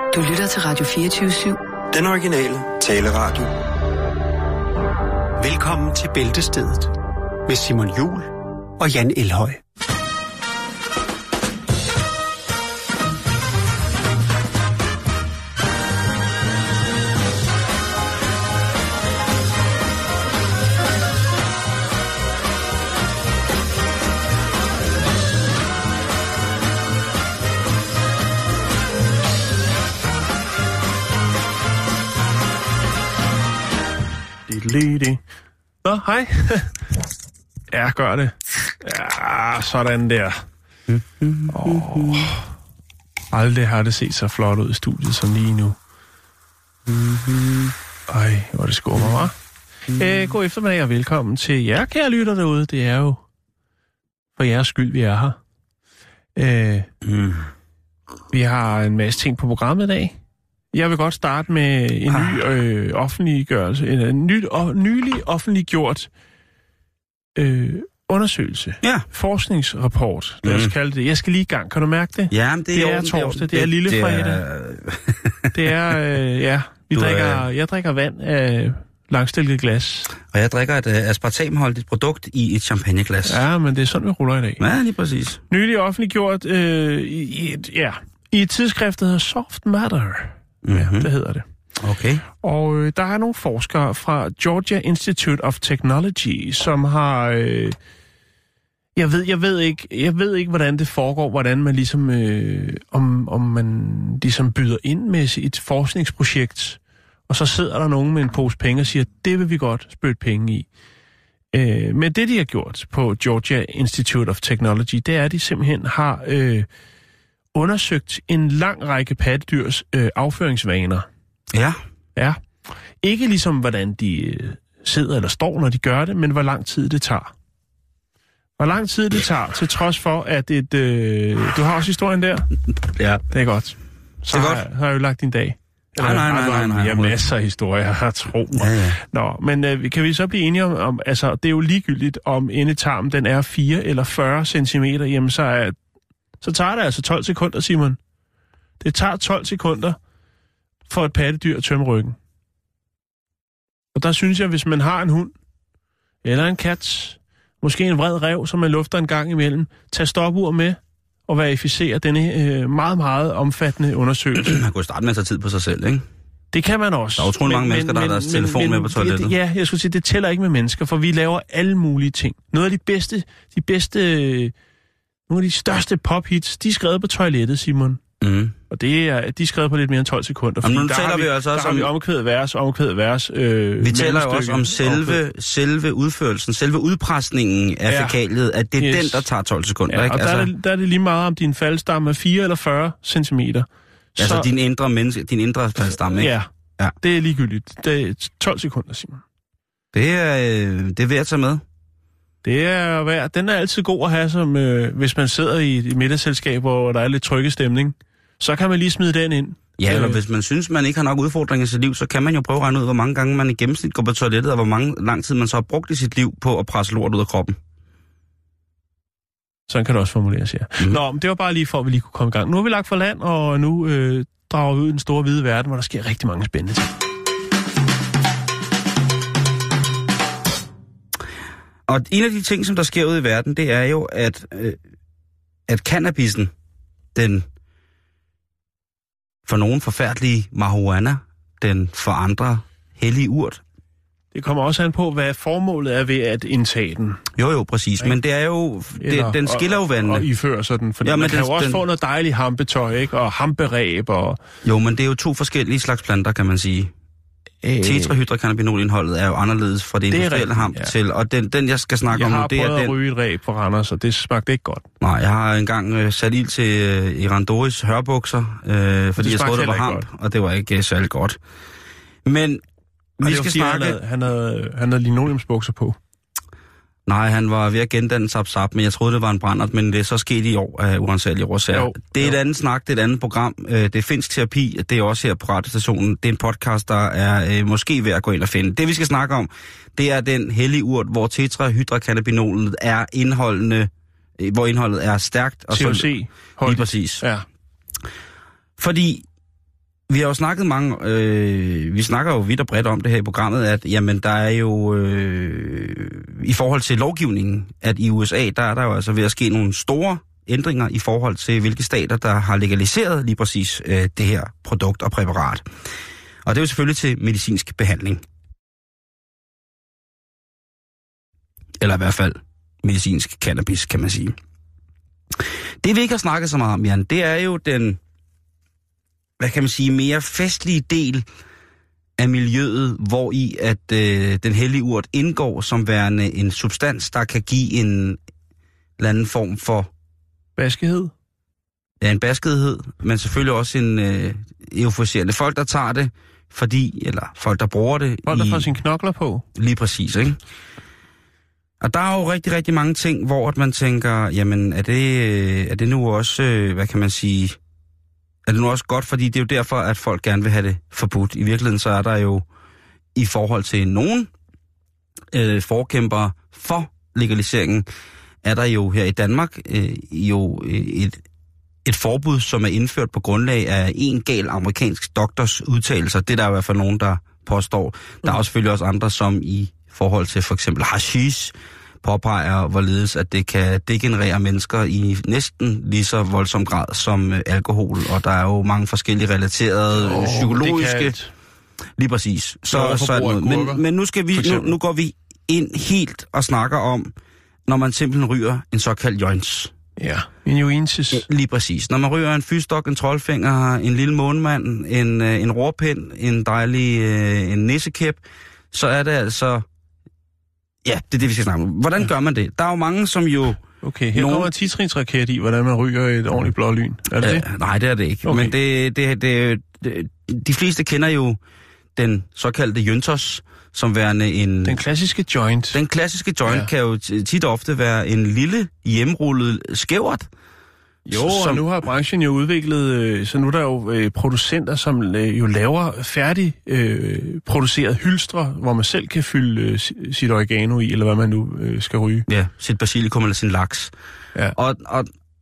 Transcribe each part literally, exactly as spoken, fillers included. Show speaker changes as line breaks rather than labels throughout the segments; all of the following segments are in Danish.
Du lytter til Radio fireogtyve syv.
Den originale taleradio. Velkommen til Bæltestedet med Simon Juhl og Jan Elhøj.
Lady. Nå, hej. Ja, gør det. Ja, sådan der. Oh. Aldrig har det set så flot ud i studiet som lige nu. Ej, hvor det skubber mig, hva'? Øh, god eftermiddag og velkommen til jer, kære lytter derude. Det er jo for jeres skyld, vi er her. Øh, mm. Vi har en masse ting på programmet i dag. Jeg vil godt starte med en ny øh, offentliggørelse, en, en ny, og, nylig offentliggjort øh, undersøgelse.
Ja.
Forskningsrapport, lad os mm. kalde det. Jeg skal lige i gang, kan du mærke det?
Ja, det er,
det er
orden,
torsdag, det,
det
er lille
det
fredag.
Er...
det er, øh, ja, vi drikker, er... jeg drikker vand af langstilket glas.
Og jeg drikker et uh, aspartamholdigt produkt i et champagneglas.
Ja, men det er sådan, vi ruller i dag.
Ja, lige præcis.
Nylig offentliggjort øh, i, i, et, ja, i et tidsskrift, der hedder Soft Matter. Ja, mm-hmm. det hedder det.
Okay.
Og øh, der er nogle forskere fra Georgia Institute of Technology, som har... Øh, jeg ved, jeg ved ikke, jeg ved ikke, hvordan det foregår, hvordan man ligesom, øh, om, om man ligesom byder ind med et forskningsprojekt, og så sidder der nogen med en pose penge og siger, det vil vi godt spytte penge i. Øh, men det, de har gjort på Georgia Institute of Technology, det er, at de simpelthen har... Øh, undersøgt en lang række pattedyrs øh, afføringsvaner.
Ja.
Ja. Ikke ligesom, hvordan de øh, sidder eller står, når de gør det, men hvor lang tid det tager. Hvor lang tid det tager, til trods for, at et... Øh, du har også historien der?
Ja.
Det er godt. Så
det er
har,
godt.
har jeg jo lagt din dag.
Nej, nej, nej, nej, nej.
Jeg har masser af historier, jeg tror mig.
Ja, ja.
Nå, men øh, kan vi så blive enige om, om, altså, det er jo ligegyldigt, om endetarmen den er fire eller fyrre centimeter, jamen så er... Så tager det altså tolv sekunder, Simon. Det tager tolv sekunder for et pattedyr at tømme ryggen. Og der synes jeg, hvis man har en hund, eller en kat, måske en vred ræv, som man lufter en gang imellem, tag stopur med og verificere denne øh, meget, meget omfattende undersøgelse.
Man kunne starte med at tage tid på sig selv, ikke?
Det kan man også.
Der er utrolig mange men, mennesker, der men, har deres men, telefon men, med på toilettet.
Det, ja, jeg skulle sige, det tæller ikke med mennesker, for vi laver alle mulige ting. Noget af de bedste, de bedste... Nogle af de største pophits, de er skrevet på toilettet, Simon. Mm. Og det er, de er skrevet på lidt mere end tolv sekunder.
Jamen, nu
der
taler
har vi,
vi altså
der
også
har
om...
vi omkvædet vers, omkvædet vers. Øh,
vi taler jo også om selve, selve udførelsen, selve udpresningen af ja. fækaliet, at det er yes. den, der tager tolv sekunder.
Ja,
ikke?
Og
Altså...
der, er det, der er det lige meget om din faldstamme er fire eller fyrre centimeter.
Altså
så...
din indre menneske, din indre faldstamme, ikke?
Ja, ja, det er ligegyldigt. Det er tolv sekunder, Simon.
Det er, det er værd at tage med.
Det er værd. Den er altid god at have, som, øh, hvis man sidder i et middagsselskab, hvor der er lidt trygge stemning. Så kan man lige smide den ind.
Ja, eller øh. hvis man synes, man ikke har nok udfordringer i sit liv, så kan man jo prøve at regne ud, hvor mange gange man i gennemsnit går på toilettet, og hvor mange, lang tid man så har brugt i sit liv på at presse lort ud af kroppen.
Sådan kan det også formuleres, ja. Mm. Nå, men det var bare lige for, at vi lige kunne komme i gang. Nu har vi lagt for land, og nu øh, drager vi ud i den store hvide verden, hvor der sker rigtig mange spændende ting.
Og en af de ting, som der sker ud i verden, det er jo, at, øh, at cannabisen, den for nogen forfærdelige marihuana, den for andre hellige urt.
Det kommer også an på, hvad formålet er ved at indtage den.
Jo, jo, præcis. Men det er jo... Det, den skiller jo vandene.
Og iføre sådan, fordi
ja,
man kan
den,
jo også
den...
få noget dejligt hampetøj, ikke? Og hamperæb og...
Jo, men det er jo to forskellige slags planter, kan man sige. Øh... Tetrahydrocannabinolindholdet er jo anderledes fra det, det industrielle hamp ja. til, og den, den, jeg skal snakke
jeg
om nu, det er den...
Jeg har prøvet at ryge et ræb på Randers, og det smagte ikke godt.
Nej, jeg har engang øh, sat ild til øh, Irandoris hørbukser, øh, fordi jeg troede, det var hamp, godt. Og det var ikke øh, særlig godt. Men vi skal
sige,
snakke...
Han havde, han havde, han havde linoleumsbukser på.
Nej, han var ved at gendanne Zap-Zap, men jeg troede, det var en brændert, men det er så sket i år af uansagelige årsager. Jo, det er jo. et andet snak, det er et andet program. Det er finsk terapi, det er også her på radiostationen. Det er en podcast, der er øh, måske ved at gå ind og finde. Det, vi skal snakke om, det er den hellige urt, hvor tetrahydrocannabinolet er indholdende, hvor indholdet er stærkt. Og
T H C.
Lige præcis.
Ja.
Fordi vi har jo snakket mange, øh, vi snakker jo vidt og bredt om det her i programmet, at jamen, der er jo, øh, i forhold til lovgivningen, at i U S A, der er der jo altså ved at ske nogle store ændringer i forhold til, hvilke stater, der har legaliseret lige præcis øh, det her produkt og præparat. Og det er jo selvfølgelig til medicinsk behandling. Eller i hvert fald medicinsk cannabis, kan man sige. Det vi ikke har snakket så meget om, Jan, det er jo den, hvad kan man sige, mere festlige del af miljøet, hvor i at øh, den hellige urt indgår som værende en substans, der kan give en eller anden form for
Baskehed?
Ja, en baskedighed, men selvfølgelig også en øh, euforiserende. Folk, der tager det, fordi, eller folk, der bruger det.
Folk, der
i,
får sine knokler på.
Lige præcis, ikke? Og der er jo rigtig, rigtig mange ting, hvor man tænker, jamen, er det, er det nu også, øh, hvad kan man sige, er det nu også godt, fordi det er jo derfor, at folk gerne vil have det forbudt. I virkeligheden så er der jo, i forhold til nogen øh, forkæmpere for legaliseringen, er der jo her i Danmark øh, jo et, et forbud, som er indført på grundlag af en gal amerikansk doktors udtalelser. Det er der i hvert fald nogen, der påstår. Der er også selvfølgelig også andre, som i forhold til for eksempel hashish påpeger, hvorledes at det kan degenerere mennesker i næsten lige så voldsom grad som øh, alkohol. Og der er jo mange forskellige relaterede oh, psykologiske... Lige præcis. Så, så, men, men nu, skal vi, nu, nu går vi ind helt og snakker om, når man simpelthen ryger en såkaldt joints.
Ja, en joinsis.
Lige præcis. Når man ryger en fyrstok, en troldfinger, en lille månemand, en, en rorpind, en dejlig en nissekæp, så er det altså... Ja, det er det, vi skal snakke om. Hvordan gør man det? Der er jo mange, som jo...
Okay, her nogen... kommer en titrinsraket i, hvordan man ryger et ordentligt blålyn. Er det
ja,
det?
Nej, det er det ikke. Okay. Men det, det, det, det, de fleste kender jo den såkaldte jøntos, som værende en...
Den klassiske joint.
Den klassiske joint ja. Kan jo tit og ofte være en lille hjemmerullet skævert.
Jo, som... og nu har branchen jo udviklet, så nu er der jo producenter, som jo laver færdig øh, produceret hylstre, hvor man selv kan fylde sit oregano i, eller hvad man nu øh, skal ryge.
Ja, sit basilikum eller sin laks. Ja. Og, og,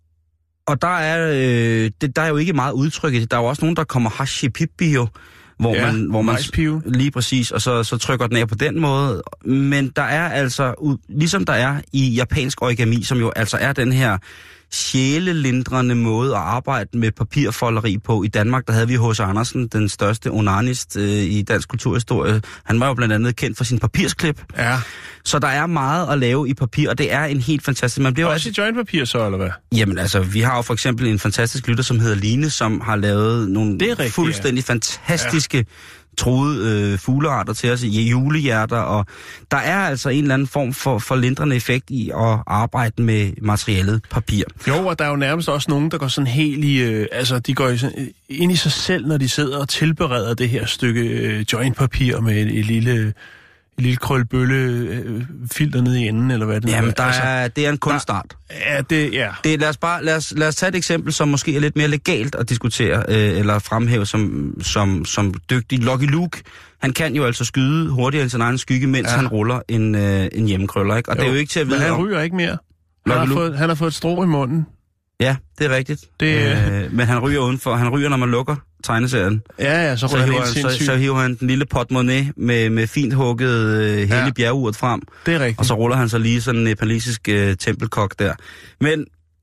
og der, er, øh, det, der er jo ikke meget udtryk i det. Der er jo også nogen, der kommer hashi-pippi jo, hvor ja, man, hvor man lige præcis, og så, så trykker den af på den måde. Men der er altså, ligesom der er i japansk origami, som jo altså er den her sjælelindrende måde at arbejde med papirfolderi på. I Danmark, der havde vi H C Andersen, den største onanist øh, i dansk kulturhistorie. Han var jo blandt andet kendt for sin papirsklip.
Ja.
Så der er meget at lave i papir, og det er en helt fantastisk... Man bliver
også i jointpapir så, eller hvad?
Jamen altså, vi har jo for eksempel en fantastisk lytter, som hedder Line, som har lavet nogle rigtigt, fuldstændig ja. fantastiske... Ja. truede øh, fuglearter til os i julehjerter, og der er altså en eller anden form for, for lindrende effekt i at arbejde med materialet papir.
Jo, og der er jo nærmest også nogen, der går sådan helt i, øh, altså de går i, sådan, ind i sig selv, når de sidder og tilbereder det her stykke øh, jointpapir med et, et lille... Et lille krølbølle øh, filter nede i enden, eller hvad det er.
Jamen, der altså, er, det er en kunstart.
Ja, det, ja.
Det, lad, os bare, lad, os, lad os tage et eksempel, som måske er lidt mere legalt at diskutere, øh, eller fremhæve som, som, som dygtig. Lucky Luke, han kan jo altså skyde hurtigere end sin egen skygge, mens ja. han ruller en, øh, en hjemmekrøller, ikke? Og jo, det er jo ikke til at vide.
Men han ryger ikke mere. Han har, fået, han har fået et strå i munden.
Ja, det er rigtigt. Det... Øh, men han ryger udenfor. Han ryger, når man lukker tegneserien.
Ja, ja, så, så, hiver, han,
så, så hiver han den lille portemonnaie med, med fint hugget øh, hele ja. bjergurt frem.
Det er rigtigt.
Og så ruller han så lige sådan en nepalesisk øh, tempelkok der. Men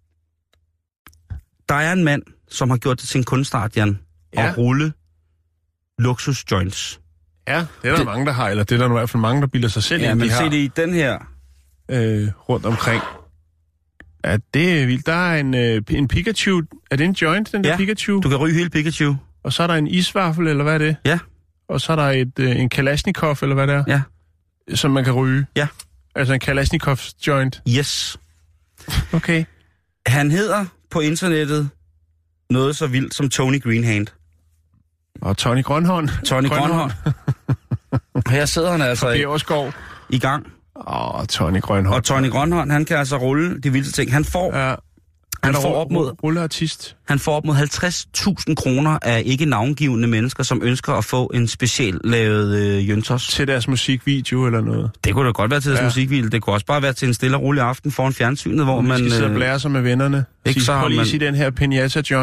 der er en mand, som har gjort det til en kunstart, Jan, ja. at rulle luksus joints.
Ja, det er der det... mange, der har, eller det er der i hvert fald mange, der bilder sig selv
ja,
ind,
men
de
se det i den her.
Øh, rundt omkring. Ja, det er vildt. Der er en, øh, en Pikachu. Er det en joint, den der
ja,
Pikachu?
Du kan ryge hele Pikachu.
Og så er der en isvaffel, eller hvad er det?
Ja.
Og så er der et, øh, en Kalashnikov, eller hvad det er?
Ja.
Som man kan ryge?
Ja.
Altså en Kalashnikovs joint?
Yes.
Okay.
Han hedder på internettet noget så vildt som Tony Greenhand.
Og Tony Grønhånd.
Tony Grønhånd. Her sidder han altså i, i gang.
Åh, oh, Tony Grønhånd.
Og Tony Grønhånd, han kan altså rulle de vildeste ting. Han får... Ja. Han får, op mod,
rulleartist.
han får op mod halvtreds tusind kroner af ikke navngivende mennesker, som ønsker at få en specielt lavet øh, jøntos.
Til deres musikvideo eller noget?
Det kunne da godt være til deres ja. musikvideo. Det kunne også bare være til en stille og rolig aften foran fjernsynet, hvor man...
Man skal sidde og blære sig med vennerne. Ikke så prøv lige man... at sige den her piñata joint.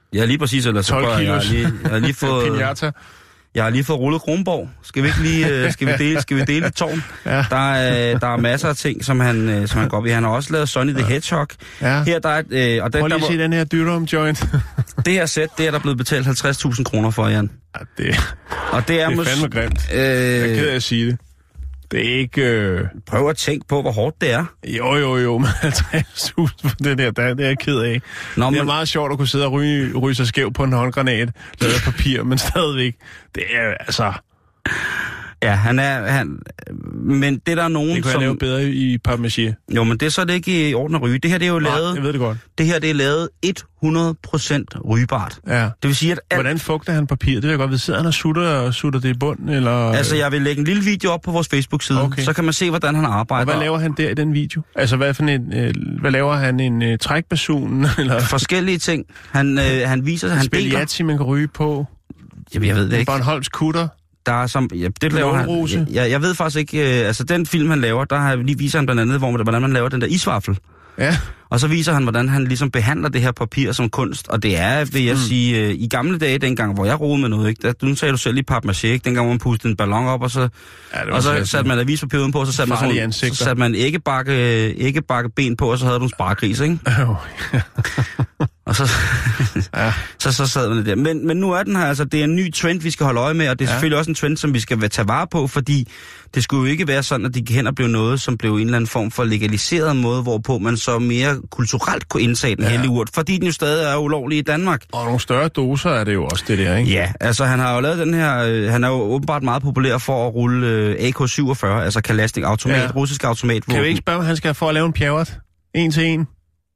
Ja, lige præcis. Eller så
tolv
jeg, har lige, jeg har lige fået...
Pinata.
Jeg har lige fået rullet Kronborg. Skal vi ikke lige skal vi dele, skal vi dele et tårn?
Ja.
Der, er, der er masser af ting, som han, som han går op i. Han har også lavet Sonny the Hedgehog.
Ja.
Her der er, øh, og den,
Prøv lige
der,
at se den her Dydrum joint.
det her sæt, det er der blevet betalt halvtreds tusind kroner for, Jan.
Ja, det,
Og det er,
det er
mås-
fandme grimt.
Øh,
Jeg er ked af at sige det. Det er ikke... Øh...
Prøv at tænke på, hvor hårdt det er.
Jo, jo, jo, men halvtreds tusind for det der, det er jeg ked af.
Nå,
det er
men...
meget sjovt at kunne sidde og ryge, ryge sig skæv på en håndgranat, lavet af papir, men stadigvæk, det er altså...
Ja, han er... Han... Men det der er nogen,
Det kunne
som...
jeg lave bedre i papmaché.
Jo, men det er så det ikke i orden at ryge. Det her, det er jo lavet...
Nej, jeg ved det godt.
Det her, det er lavet hundrede procent rygebart.
Ja.
Det vil sige, at... Alt...
Hvordan fugter han papir? Det vil jeg godt vide. Sidder han og sutter, og sutter det i bunden, eller...
Altså, jeg vil lægge en lille video op på vores Facebook-side,
Okay.
så kan man se, hvordan han arbejder.
Og hvad laver han der i den video? Altså, hvad, for en, øh, hvad laver han? En øh, trækbasun, eller...
Forskellige ting. Han, øh, han viser, han deler...
Spiliazzi, man kan ryge på.
Jamen, jeg ved det ikke.
Bornholms kutter.
Der er som... Ja, det laver han... Jeg, jeg, jeg ved faktisk ikke... Øh, altså, den film, han laver, der har, lige viser han blandt andet, hvor, hvordan man laver den der isvaffel.
Ja.
Og så viser han, hvordan han ligesom behandler det her papir som kunst. Og det er, vil jeg mm. sige, øh, i gamle dage, dengang, hvor jeg rodede med noget, ikke? Der, nu sagde du selv lige papmaché, ikke? Dengang, hvor man pustede en ballon op, og så, ja, og så satte man avispapir udenpå, og så satte man, sådan, så satte man ikke bakke, ikke bakke ben på, og så havde du en sparegris, ikke?
Oh.
Og så,
ja.
så, så sad man der. Men, men nu er den her, altså det er en ny trend, vi skal holde øje med, og det er ja. selvfølgelig også en trend, som vi skal tage vare på, fordi det skulle jo ikke være sådan, at de gik hen og blev noget, som blev en eller anden form for legaliseret måde, hvorpå man så mere kulturelt kunne indtage den ja. hellige urt, fordi den jo stadig er ulovlig i Danmark.
Og nogle større doser er det jo også det der, ikke?
Ja, altså han har jo lavet den her, øh, han er jo åbenbart meget populær for at rulle øh, A K syvogfyrre, altså Kalashnik automat, ja. russisk automat.
Kan vi ikke spørge, hvad han skal for at lave en pjerret? En til en?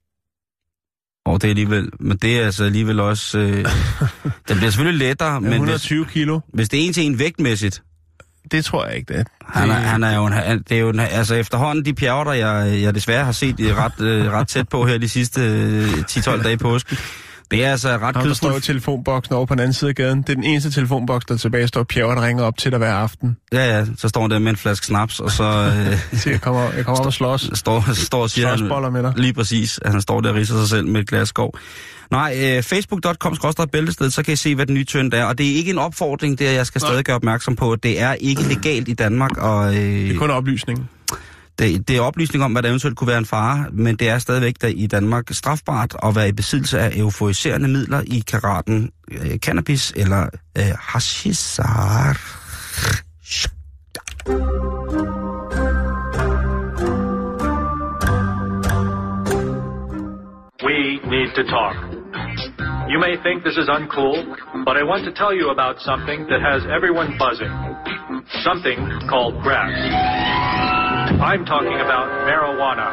Og det er alligevel, men det er altså alligevel også, øh, den bliver selvfølgelig lettere, men
et hundrede og tyve
hvis,
kilo.
hvis det er en til en vægtmæssigt.
Det tror jeg ikke, det.
Han er, han er jo en, det er jo en, altså efterhånden de pjerter, jeg, jeg desværre har set ret, øh, ret tæt på her de sidste øh, ti tolv dage i påsken. Det er altså ret kødfuldt.
Der står i telefonboksen over på den anden side af gaden. Det er den eneste telefonboks, der tilbage står pjerret, der ringer op til dig hver aften.
Ja, ja, så står han der med en flaske snaps, og så... Øh,
så jeg kommer, jeg kommer op og slås.
Står, står og siger
han,
med dig. Lige præcis, at han står der og riser sig selv med et glas skov. Nej, øh, facebook punktum com skråstreg bæltested, så kan I se, hvad den nye trend er. Og det er ikke en opfordring, det er, jeg skal Nej. stadig gøre opmærksom på. Det er ikke legalt i Danmark. Og, øh,
det er kun oplysning.
Det, det er oplysning om, hvad der eventuelt kunne være en fare, men det er stadigvæk der i Danmark strafbart at være i besiddelse af euforiserende midler i karaten øh, cannabis eller øh, hashisar.
We need to talk. You may think this is uncool, but I want to tell you about something that has everyone buzzing. Something called grass. I'm talking about marijuana.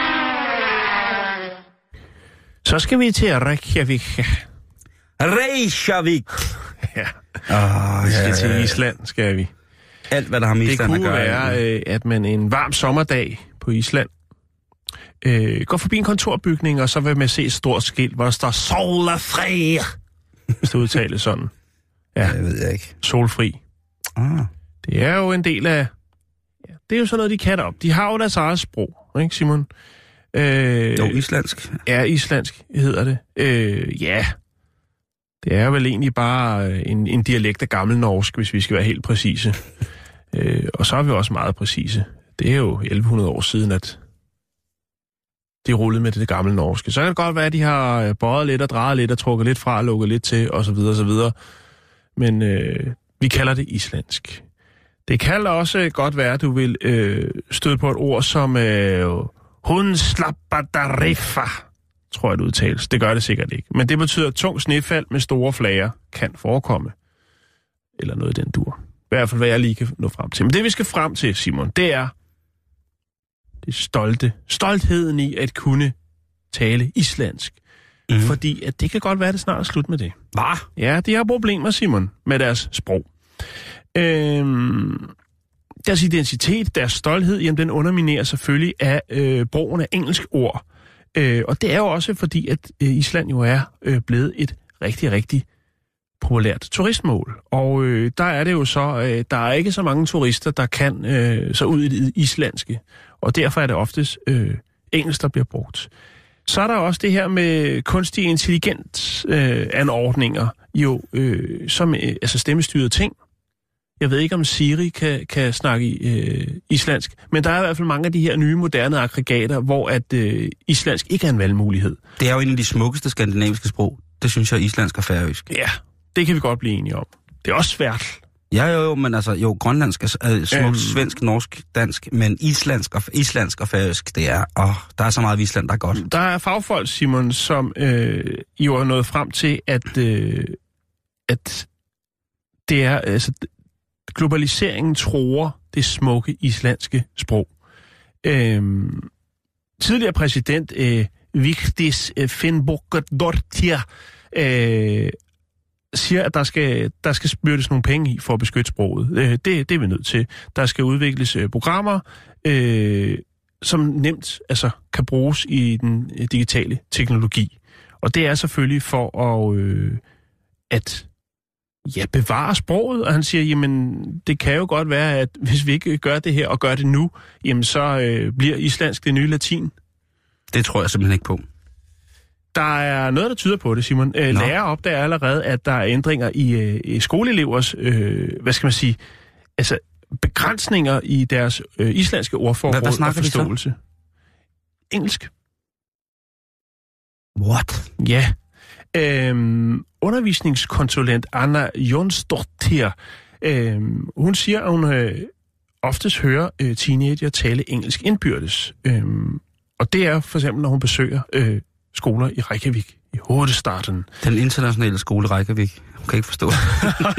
Så skal vi til Reykjavik.
Reykjavik!
Ja.
Oh,
vi skal
ja,
til Island, skal vi.
Alt, hvad der har med Island at gøre.
Det kunne være, at man en varm sommerdag på Island øh, går forbi en kontorbygning, og så vil man se et stort skilt, hvor der står solfri. Hvis det udtales sådan.
Ja, det ved jeg ikke.
Solfri.
Ah.
Det er jo en del af... Ja, det er jo sådan noget, de kan op. De har jo deres eget sprog, ikke Simon?
Øh, jo, islandsk.
Ja, islandsk hedder det. Øh, ja, det er vel egentlig bare en, en dialekt af gammel norsk, hvis vi skal være helt præcise. øh, og så er vi også meget præcise. Det er jo elleve hundrede år siden, at de rullede med det gamle norske. Så kan det godt være, at de har bøjet lidt og drejet lidt og trukket lidt fra og lukket lidt til, og så videre, og så videre. Men øh, vi kalder det islandsk. Det kan også godt være, at du vil øh, støde på et ord som øh, hundslappadariffa, tror jeg det udtales. Det gør det sikkert ikke. Men det betyder, at tung snefald med store flager kan forekomme. Eller noget i den dur. I hvert fald, hvad jeg lige kan nå frem til. Men det, vi skal frem til, Simon, det er det stolte. Stoltheden i at kunne tale islandsk. Mm-hmm. Fordi at det kan godt være, at det snart er slut med det.
Hvad?
Ja, de har problemer, Simon, med deres sprog. Øhm, deres identitet, deres stolthed, jamen den underminerer selvfølgelig af øh, brugen af engelsk ord. Øh, og det er jo også fordi, at øh, Island jo er øh, blevet et rigtig, rigtig populært turistmål. Og øh, der er det jo så, øh, der er ikke så mange turister, der kan øh, så ud i det islandske. Og derfor er det oftest øh, engelsk, der bliver brugt. Så er der også det her med kunstig intelligens øh, anordninger, jo, øh, som øh, altså stemmestyrede ting. Jeg ved ikke, om Siri kan, kan snakke øh, islandsk, men der er i hvert fald mange af de her nye, moderne aggregater, hvor at øh, islandsk ikke er en valgmulighed.
Det er jo en af de smukkeste skandinaviske sprog. Det synes jeg, islandsk og færøsk.
Ja, det kan vi godt blive enige om. Det er også svært.
Ja, jo, jo, men altså, jo, grønlandsk er øh, smukt, øhm, svensk, norsk, dansk, men islandsk og, islandsk og færøsk, det er, åh, der er så meget Island, der er godt.
Der er fagfolk, Simon, som øh, jo er nået frem til, at, øh, at det er, altså, globaliseringen tror det smukke islandske sprog. Øhm, tidligere præsident øh, Vigdis Finnbogadóttir øh, siger, at der skal, der skal spyttes nogle penge i for at beskytte sproget. Øh, det, det er vi nødt til. Der skal udvikles øh, programmer, øh, som nemt altså, kan bruges i den øh, digitale teknologi. Og det er selvfølgelig for at, øh, at ja, bevare sproget. Og han siger, jamen, det kan jo godt være, at hvis vi ikke gør det her og gør det nu, jamen så øh, bliver islandsk det nye latin.
Det tror jeg simpelthen ikke på.
Der er noget, der tyder på det, Simon. Øh, Lærer opdager allerede, at der er ændringer i, øh, i skoleelevers, øh, hvad skal man sige, altså begrænsninger i deres øh, islandske ordforråd og forståelse. Engelsk.
What?
Ja. Øhm, undervisningskonsulent Anna Jonsdottir, øhm, hun siger, at hun øh, oftest hører øh, teenager tale engelsk indbyrdes. Øhm, og det er for eksempel, når hun besøger øh, skoler i Reykjavik, i hovedstaden.
Den internationale skole i Reykjavik. Hun kan ikke forstå det.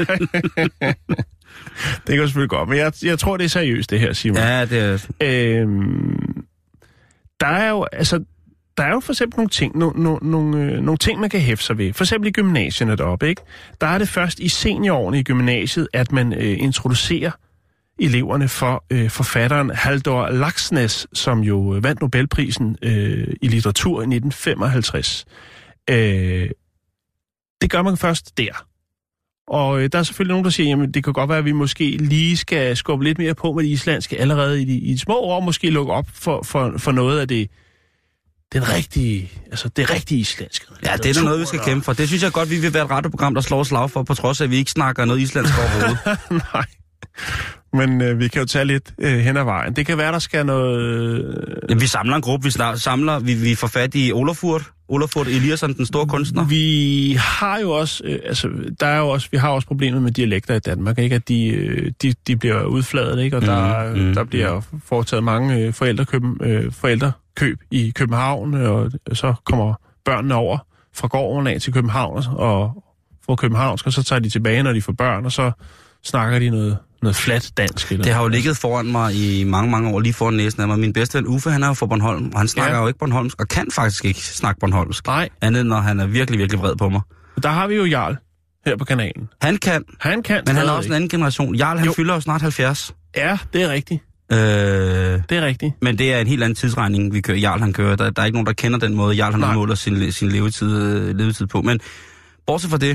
Det kan selvfølgelig godt, men jeg, jeg tror, det er seriøst, det her, Simon.
Ja, det er...
Øhm, der er jo, altså, der er jo for eksempel nogle ting, no, no, no, øh, nogle ting, man kan hæfte sig ved. For eksempel i gymnasierne deroppe, ikke? Der er det først i seniorårene i gymnasiet, at man øh, introducerer eleverne for øh, forfatteren Halldór Laxness, som jo øh, vandt Nobelprisen øh, i litteratur i nitten femoghalvtreds. Øh, det gør man først der. Og øh, der er selvfølgelig nogen, der siger, jamen det kan godt være, at vi måske lige skal skubbe lidt mere på med det islandske allerede i de, i de små år, måske lukke op for, for, for noget af det, den rigtige, altså det rigtige islandske.
Ja, det er da noget, vi skal kæmpe for. Det synes jeg godt, vi vil være et radioprogram, der slår slag for, på trods af, at vi ikke snakker noget islandsk overhovedet.
Nej, men øh, vi kan jo tage lidt øh, hen ad vejen. Det kan være, der skal noget... Øh...
Ja, vi samler en gruppe, vi samler, vi, vi får fat i Olafur, Olafur Eliasson, den store kunstner.
Vi har jo også, øh, altså, der er jo også, vi har også problemet med dialekter i Danmark, ikke? At de, øh, de, de bliver udfladet, ikke? Og der, mm, mm, der bliver mm. foretaget mange øh, forældrekøb, øh, forældrekøb i København, og så kommer børnene over fra gården af til København, og får københavnsk, og så tager de tilbage, når de får børn, og så snakker de noget, noget flat dansk. Eller
det har jo ligget foran mig i mange, mange år, lige foran næsen af mig. Min bedste ven Uffe, han er jo fra Bornholm, og han snakker ja. jo ikke bornholmsk, og kan faktisk ikke snakke bornholmsk. Nej. Andet når han er virkelig, virkelig vred på mig.
Der har vi jo Jarl her på kanalen.
Han kan.
Han kan.
Men han er også en anden generation. Jarl, han jo. fylder jo snart halvfjerds.
Ja, det er rigtigt.
Øh,
det er rigtigt.
Men det er en helt anden tidsregning, vi kører. Jarl, han kører. Der, der er ikke nogen, der kender den måde, Jarl, han har måler sin, sin levetid, levetid på. Men bortset fra det,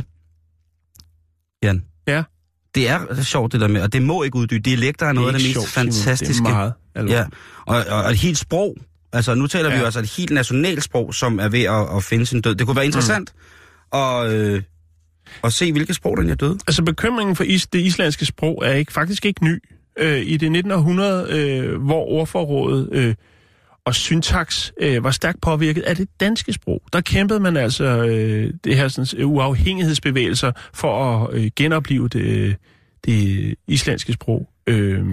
Jan.
Ja.
Det er sjovt, det der med, og det må ikke uddybe. Dialekter er noget af det mest sjovt, fantastiske.
Det er meget alvorligt.
Ja, og, og, og et helt sprog. Altså, nu taler ja. vi jo altså et helt nationalsprog, som er ved at, at finde sin død. Det kunne være interessant mm. at, øh, at se, hvilke sprog den er død.
Altså, bekymringen for is, det islandske sprog er ikke, faktisk ikke ny. Øh, I det nitten hundrede, øh, hvor ordforrådet øh, og syntaks øh, var stærkt påvirket af det danske sprog. Der kæmpede man altså øh, det her sådan, uafhængighedsbevægelser for at øh, genopleve det, det islandske sprog. Øh,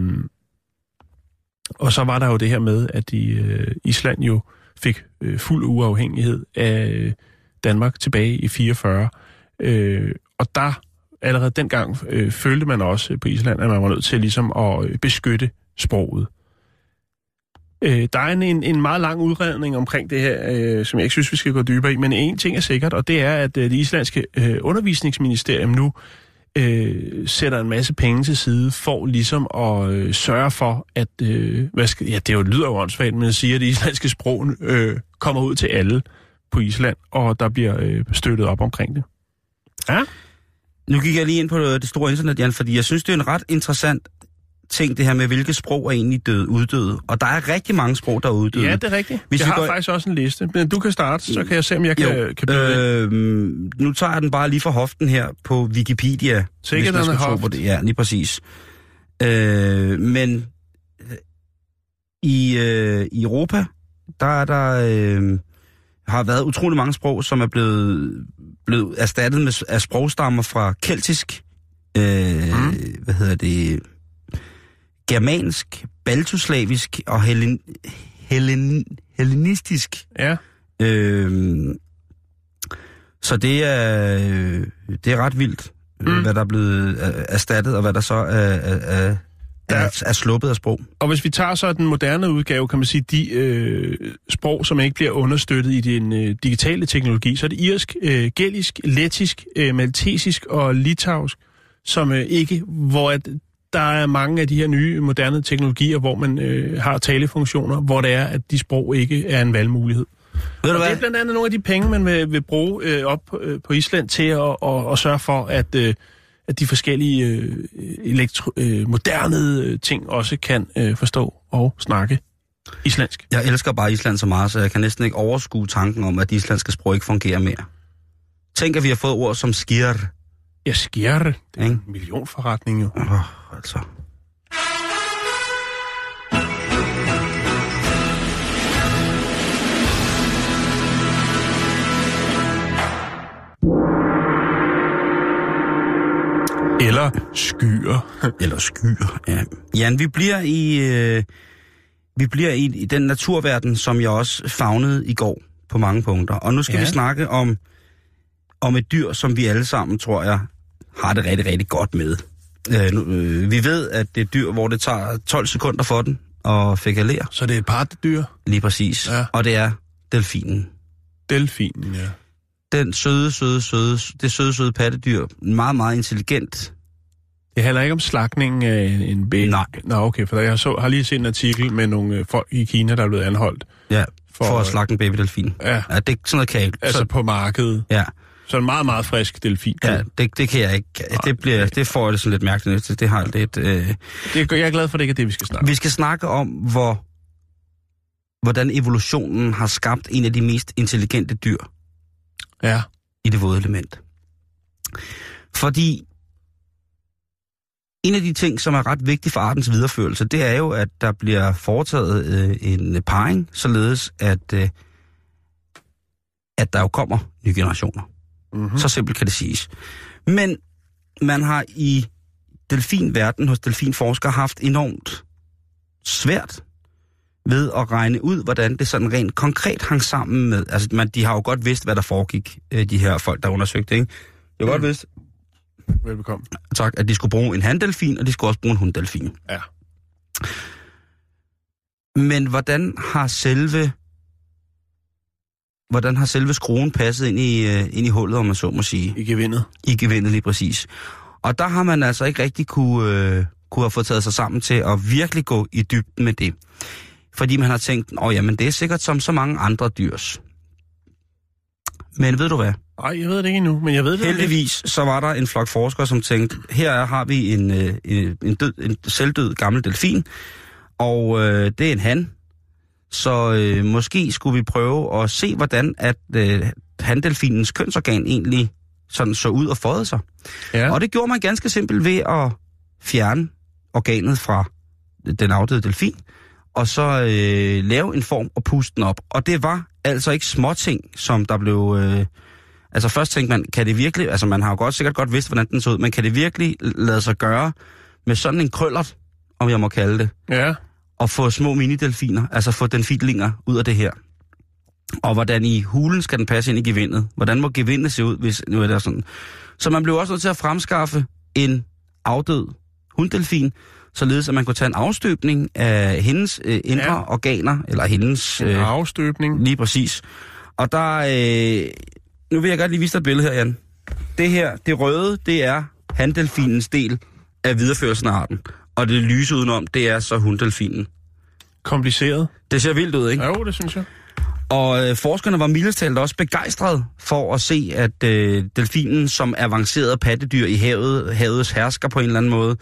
og så var der jo det her med, at de, øh, Island jo fik øh, fuld uafhængighed af Danmark tilbage i fireogfyrre. Øh, og der allerede dengang øh, følte man også på Island, at man var nødt til ligesom at beskytte sproget. Øh, der er en, en meget lang udredning omkring det her, øh, som jeg ikke synes, vi skal gå dybere i, men en ting er sikkert, og det er, at øh, det islandske øh, undervisningsministerium nu øh, sætter en masse penge til side for ligesom at øh, sørge for, at, øh, hvad skal, ja, det jo lyder jo åndssvagt, men at sige, at det islandske sprog øh, kommer ud til alle på Island, og der bliver øh, støttet op omkring det. Ja?
Nu gik jeg lige ind på det store internet, Jan, fordi jeg synes, det er en ret interessant ting, det her med, hvilke sprog er egentlig døde, uddøde. Og der er rigtig mange sprog, der er uddøde.
Ja, det er rigtigt.
Hvis
jeg har
går...
faktisk også en liste, men du kan starte, så kan jeg se, om jeg kan,
jo,
kan byde
øh, Nu tager jeg den bare lige for hoften her på Wikipedia.
Sikkert den er hoft.
Det. Ja, lige præcis. Øh, men i, øh, i Europa, der er der... Øh, har været utrolig mange sprog, som er blevet, blevet erstattet med, af sprogstammer fra keltisk, øh, mm. hvad hedder det, germansk, baltoslavisk og hellen, hellen, hellenistisk.
Ja.
Øh, så det er, det er ret vildt, mm. hvad der er blevet erstattet, og hvad der så er, er, er, er sluppet af sprog.
Og hvis vi tager så den moderne udgave, kan man sige, de øh, sprog, som ikke bliver understøttet i den øh, digitale teknologi, så er det irsk, øh, gælisk, lettisk, øh, maltesisk og litauisk, som øh, ikke, hvor at, der er mange af de her nye moderne teknologier, hvor man øh, har talefunktioner, hvor det er, at de sprog ikke er en valgmulighed. Ved du og hvad? Det er blandt andet nogle af de penge, man vil, vil bruge øh, op øh, på Island til at og, og sørge for, at, øh, at de forskellige øh, elektro, øh, moderne øh, ting også kan øh, forstå og snakke islandsk.
Jeg elsker bare Island så meget, så jeg kan næsten ikke overskue tanken om, at de islandske sprog ikke fungerer mere. Tænk, at vi har fået ord som skir.
Ja, skir. Det er en millionforretning jo.
Åh, oh, altså...
Eller skyer.
Eller skyer, ja. Jan, vi bliver i, øh, vi bliver i, i den naturverden, som jeg også favnede i går på mange punkter. Og nu skal ja. vi snakke om, om et dyr, som vi alle sammen, tror jeg, har det rigtig, rigtig godt med. Øh, nu, øh, vi ved, at det er et dyr, hvor det tager tolv sekunder for den at fækalere.
Så det er et pattedyr?
Lige præcis. Ja. Og det er delfinen.
Delfinen, ja.
Den søde, søde, søde, det søde, søde pattedyr. Meget, meget intelligent.
Det handler ikke om slagningen af en ben.
Nej.
Nå, okay, for jeg så, har lige set en artikel med nogle folk i Kina, der er blevet anholdt.
Ja, for, for at slagte en babydelfin.
Ja.
Ja, det er sådan noget kan jeg ikke.
Altså
så,
på markedet.
Ja.
Så en meget, meget frisk delfin.
Ja, det, det kan jeg ikke. Det, bliver, det får jeg det sådan lidt mærkeligt til. Det har lidt... Øh...
Det, jeg er glad for, det ikke er det, vi skal snakke.
Vi skal snakke om, hvor, hvordan evolutionen har skabt en af de mest intelligente dyr.
Ja.
I det våde element. Fordi en af de ting, som er ret vigtig for artens videreførelse, det er jo, at der bliver foretaget øh, en parring, således at, øh, at der jo kommer nye generationer. Mm-hmm. Så simpelt kan det siges. Men man har i delfinverden hos delfinforskere haft enormt svært ved at regne ud, hvordan det sådan rent konkret hang sammen med... Altså, man, de har jo godt vidst, hvad der foregik, de her folk, der undersøgte, ikke? De har mm. godt vidst...
Velbekomme.
Tak, at de skulle bruge en handdelfin, og de skulle også bruge en hunddelfin.
Ja.
Men hvordan har selve... Hvordan har selve skruen passet ind i, uh, ind i hullet, om man så må sige?
I gevindet.
I gevindet, lige præcis. Og der har man altså ikke rigtig kunne, uh, kunne have fået taget sig sammen til at virkelig gå i dybden med det. Fordi man har tænkt, åh oh, jamen det er sikkert som så mange andre dyrs. Men ved du hvad?
Nej, jeg ved det ikke endnu, men jeg ved det.
Heldigvis så var der en flok forskere, som tænkte, her har vi en, en, en, død, en selvdød gammel delfin, og øh, det er en han. Så øh, måske skulle vi prøve at se, hvordan at øh, handelfinens kønsorgan egentlig sådan så ud og fåede sig. Ja. Og det gjorde man ganske simpelt ved at fjerne organet fra den afdøde delfin, og så øh, lave en form og puste den op. Og det var altså ikke småting, som der blev... Øh, altså først tænkte man, kan det virkelig... Altså man har jo godt, sikkert godt vidst, hvordan den så ud, men kan det virkelig lade sig gøre med sådan en krøllert, om jeg må kalde det,
ja,
og få små minidelfiner, altså få delfinlinger ud af det her. Og hvordan i hulen skal den passe ind i gevindet? Hvordan må gevindet se ud, hvis nu er det sådan? Så man blev også nødt til at fremskaffe en afdød hunddelfin, således at man kunne tage en afstøbning af hendes øh, indre ja. organer, eller hendes...
En øh, afstøbning.
Lige præcis. Og der... Øh, nu vil jeg godt lige vise dig et billede her, Jan. Det her, det røde, det er handelfinens del af videreførelsen af arten. Og det lyse udenom, det er så hunddelfinen.
Kompliceret.
Det ser vildt ud, ikke?
Jo, det synes jeg.
Og øh, forskerne var mildest talt også begejstrede for at se, at øh, delfinen som avanceret pattedyr i havet, havets hersker på en eller anden måde,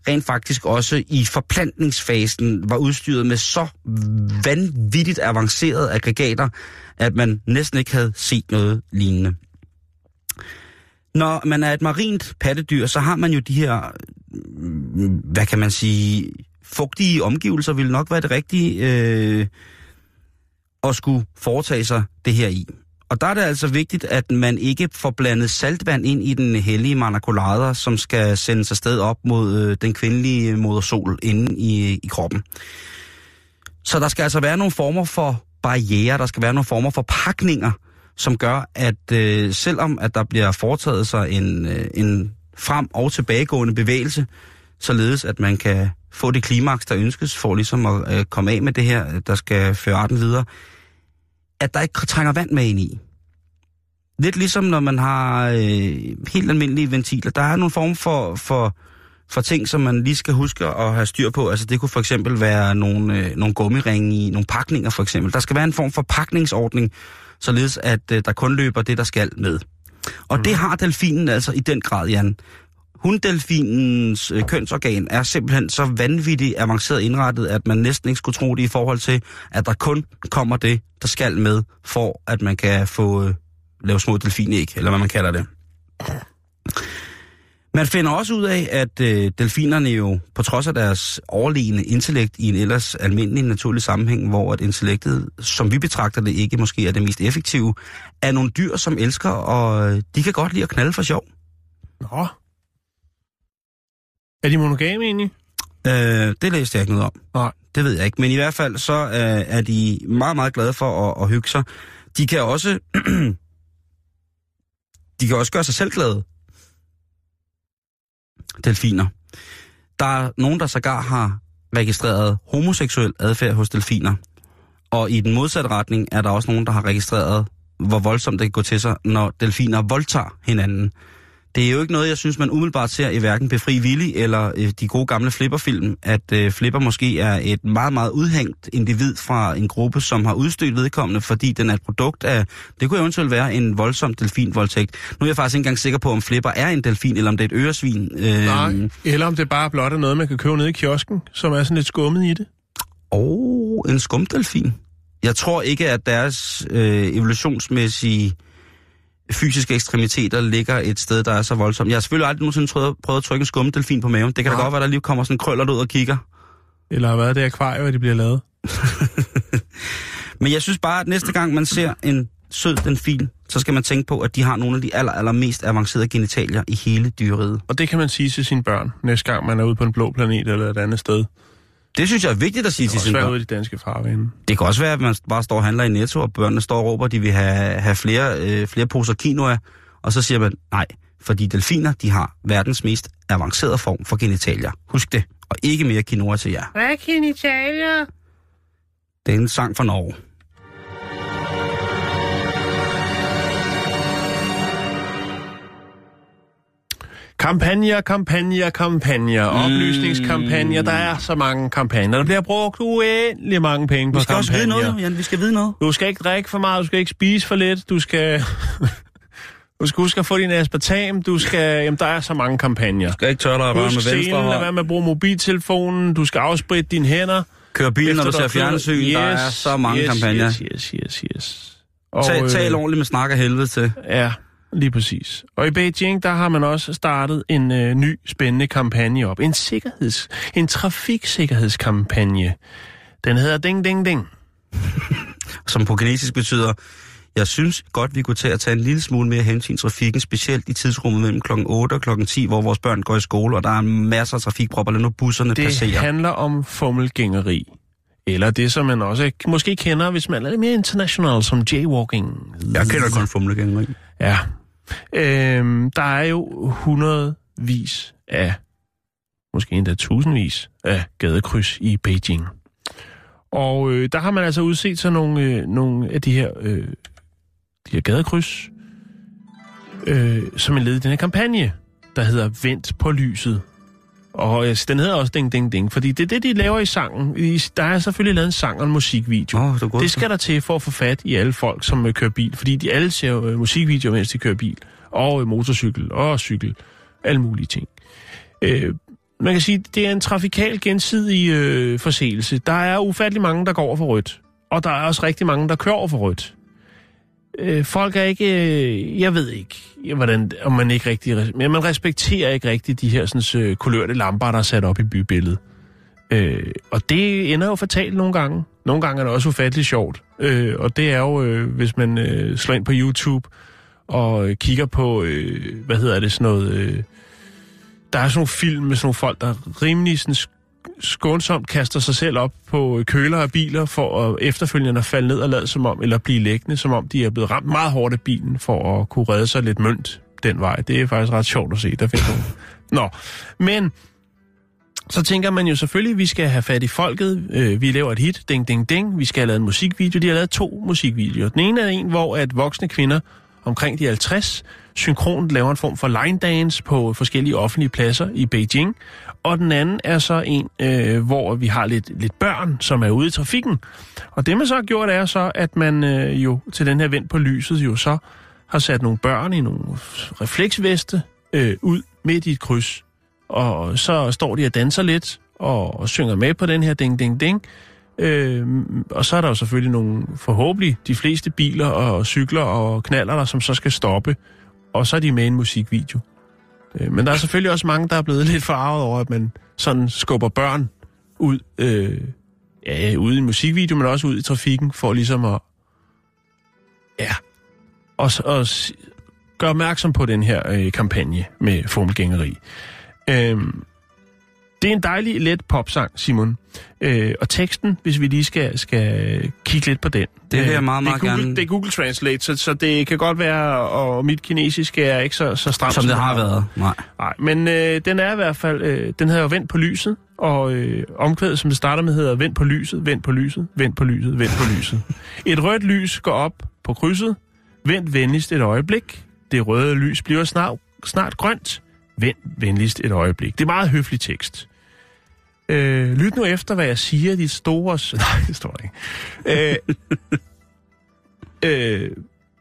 rent faktisk også i forplantningsfasen var udstyret med så vanvittigt avancerede aggregater, at man næsten ikke havde set noget lignende. Når man er et marint pattedyr, så har man jo de her, hvad kan man sige, fugtige omgivelser, vil nok være det rigtige øh, at skulle foretage sig det her i. Og der er det altså vigtigt, at man ikke får blandet saltvand ind i den hellige manakulader, som skal sendes afsted op mod øh, den kvindelige moder sol inde i, i kroppen. Så der skal altså være nogle former for barrierer, der skal være nogle former for pakninger, som gør, at øh, selvom at der bliver foretaget sig en, øh, en frem- og tilbagegående bevægelse, således at man kan få det klimaks, der ønskes, for ligesom at øh, komme af med det her, der skal føre arten videre, at der ikke trænger vand med ind i. Lidt ligesom når man har øh, helt almindelige ventiler. Der er nogle form for, for, for ting, som man lige skal huske at have styr på. Altså det kunne for eksempel være nogle, øh, nogle gummiringe i, nogle pakninger for eksempel. Der skal være en form for pakningsordning, således at øh, der kun løber det, der skal med. Og mm. det har delfinen altså i den grad, Jan. Hunddelfinens øh, kønsorgan er simpelthen så vanvittigt avanceret indrettet, at man næsten ikke skulle tro det i forhold til, at der kun kommer det, der skal med, for at man kan få øh, lave små delfinæg, eller hvad man kalder det. Man finder også ud af, at øh, delfinerne jo, på trods af deres overlegne intellekt i en ellers almindelig naturlig sammenhæng, hvor at intellektet, som vi betragter det, ikke måske er det mest effektive, er nogle dyr, som elsker, og de kan godt lide at knalde for sjov.
Nå. Er de monogame egentlig?
Øh, det læste jeg ikke noget om.
Nej.
Det ved jeg ikke. Men i hvert fald så øh, er de meget, meget glade for at, at hygge sig. De kan også de kan også gøre sig selv glade. Delfiner. Der er nogen, der sågar har registreret homoseksuel adfærd hos delfiner. Og i den modsatte retning er der også nogen, der har registreret, hvor voldsomt det kan gå til sig, når delfiner voldtager hinanden. Det er jo ikke noget, jeg synes, man umiddelbart ser i hverken Befri Willy eller øh, de gode gamle Flipper-film, at øh, Flipper måske er et meget, meget udhængt individ fra en gruppe, som har udstødt vedkommende, fordi den er et produkt af, det kunne eventuelt være en voldsom delfinvoldtægt. Nu er jeg faktisk ikke engang sikker på, om Flipper er en delfin, eller om det er et øresvin. Øh,
Nej, eller om det bare blot er noget, man kan købe ned i kiosken, som er sådan lidt skummet i det.
Åh, oh, en skumdelfin. Jeg tror ikke, at deres øh, evolutionsmæssige fysiske ekstremiteter ligger et sted, der er så voldsomt. Jeg har selvfølgelig aldrig nogensinde prøvet, prøvet at trykke en skumdelfin på maven. Det kan ja. da godt være, der lige kommer sådan en krøller ud og kigger.
Eller har været det akvarium, hvor de bliver lavet.
Men jeg synes bare, at næste gang man ser en sød delfin, så skal man tænke på, at de har nogle af de aller, aller mest avancerede genitalier i hele dyreriget.
Og det kan man sige til sine børn, næste gang man er ude på en blå planet eller et andet sted.
Det synes jeg er vigtigt at sige til sine børn.
Det kan også være ude i de danske farvande.
Det kan også være, at man bare står og handler i Netto, og børnene står og råber, at de vil have, have flere, øh, flere poser quinoa, og så siger man, nej, fordi delfiner, de har verdens mest avancerede form for genitalier. Husk det, og ikke mere quinoa til jer.
Hvad er genitalier?
Det er en sang fra Norge.
Kampagner, kampagner, kampagner. Mm. Oplysningskampagner. Der er så mange kampagner. Der bliver brugt uendelig mange penge på kampagner.
Vi skal også vide noget, Jan. Vi skal vide noget.
Du skal ikke drikke for meget. Du skal ikke spise for lidt. Du skal... du skal huske at få din aspartam. Du skal... Jamen, der er så mange kampagner.
Du skal ikke tørre dig at med venstre hånd.
Lad være med at bruge mobiltelefonen. Du skal afspritte dine hænder.
Kør bilen, når du ser fjernsyn. Yes, der er så mange
yes,
kampagner.
Yes, yes, yes, yes. Og,
tal, tal ordentligt med snak af helvede til.
Ja. Lige præcis. Og i Beijing, der har man også startet en øh, ny, spændende kampagne op. En sikkerheds... En trafiksikkerhedskampagne. Den hedder Ding Ding Ding.
Som på kinesisk betyder, jeg synes godt, vi kunne tage at tage en lille smule mere hensyn i trafikken, specielt i tidsrummet mellem klokken otte og klokken ti, hvor vores børn går i skole, og der er masser af trafikpropper, når busserne
det
passerer. Det
handler om fummelgængeri. Eller det, som man også måske kender, hvis man er lidt mere international, som jaywalking.
Jeg kender kun fummelgængeri.
Ja. Øhm, der er jo hundredvis af, måske endda tusindvis af gadekryds i Beijing. Og øh, der har man altså udset sig nogle, øh, nogle af de her, øh, de her gadekryds, øh, som en led i den her kampagne, der hedder Vent på lyset. Og øh, den hedder også Ding Ding Ding, fordi det er det, de laver i sangen. I, der er selvfølgelig lavet en sang og en musikvideo.
Oh, det,
det skal der til for at få fat i alle folk, som øh, kører bil, fordi de alle ser øh, musikvideoer, mens de kører bil. Og øh, motorcykel og cykel. Alle mulige ting. Øh, man kan sige, det er en trafikal gensidig øh, forseelse. Der er ufattelig mange, der går over for rødt. Og der er også rigtig mange, der kører over for rødt. Øh, folk er ikke... Øh, jeg ved ikke, hvordan, om man ikke rigtig... Men man respekterer ikke rigtig de her sådan, øh, kulørte lamper, der er sat op i bybilledet. Øh, og det ender jo fatalt nogle gange. Nogle gange er det også ufatteligt sjovt. Øh, og det er jo, øh, hvis man øh, slår ind på YouTube og øh, kigger på, øh, hvad hedder det, sådan noget... Øh, der er sådan nogle film med sådan nogle folk, der rimelig sådan skånsomt kaster sig selv op på køler af biler for at efterfølgende falde ned og lade som om, eller blive liggende, som om de er blevet ramt meget hårdt af bilen for at kunne redde sig lidt mønt den vej. Det er faktisk ret sjovt at se. Der findes nogle. Nå, men så tænker man jo selvfølgelig, at vi skal have fat i folket. Vi laver et hit, ding, ding, ding. Vi skal have lavet en musikvideo. De har lavet to musikvideoer. Den ene er en, hvor at voksne kvinder omkring de halvtreds synkront laver en form for line dance på forskellige offentlige pladser i Beijing. Og den anden er så en, øh, hvor vi har lidt, lidt børn, som er ude i trafikken. Og det man så har gjort er så, at man øh, jo til den her vend på lyset jo så har sat nogle børn i nogle refleksveste øh, ud midt i et kryds. Og så står de og danser lidt og, og synger med på den her ding, ding, ding. Øh, og så er der jo selvfølgelig nogle, forhåbentlig de fleste biler og cykler og knaller der, som så skal stoppe. Og så er de med i en musikvideo. Øh, men der er selvfølgelig også mange, der er blevet lidt forarvet over, at man sådan skubber børn ud, øh, ja, ude i en musikvideo, men også ud i trafikken, for ligesom at, ja, og, og gøre opmærksom på den her øh, kampagne med fummelgængeri. Øh, Det er en dejlig, let popsang, Simon. Øh, og teksten, hvis vi lige skal, skal kigge lidt på den.
Det vil jeg meget, meget
det Google,
gerne.
Det er Google Translate, så, så det kan godt være, og mit kinesisk er ikke så, så stramt.
Som, som det har været, nej.
Nej, men øh, den er i hvert fald, øh, den hedder jo Vend på lyset, og øh, omkvædet, som det starter med, hedder Vend på lyset, vend på lyset, vend på lyset, vend på lyset. Et rødt lys går op på krydset. Vent venligst et øjeblik. Det røde lys bliver snart, snart grønt. Vent venligst et øjeblik. Det er meget høflig tekst. Øh, lyt nu efter, hvad jeg siger, de store... Nej, det står der ikke. Øh, øh,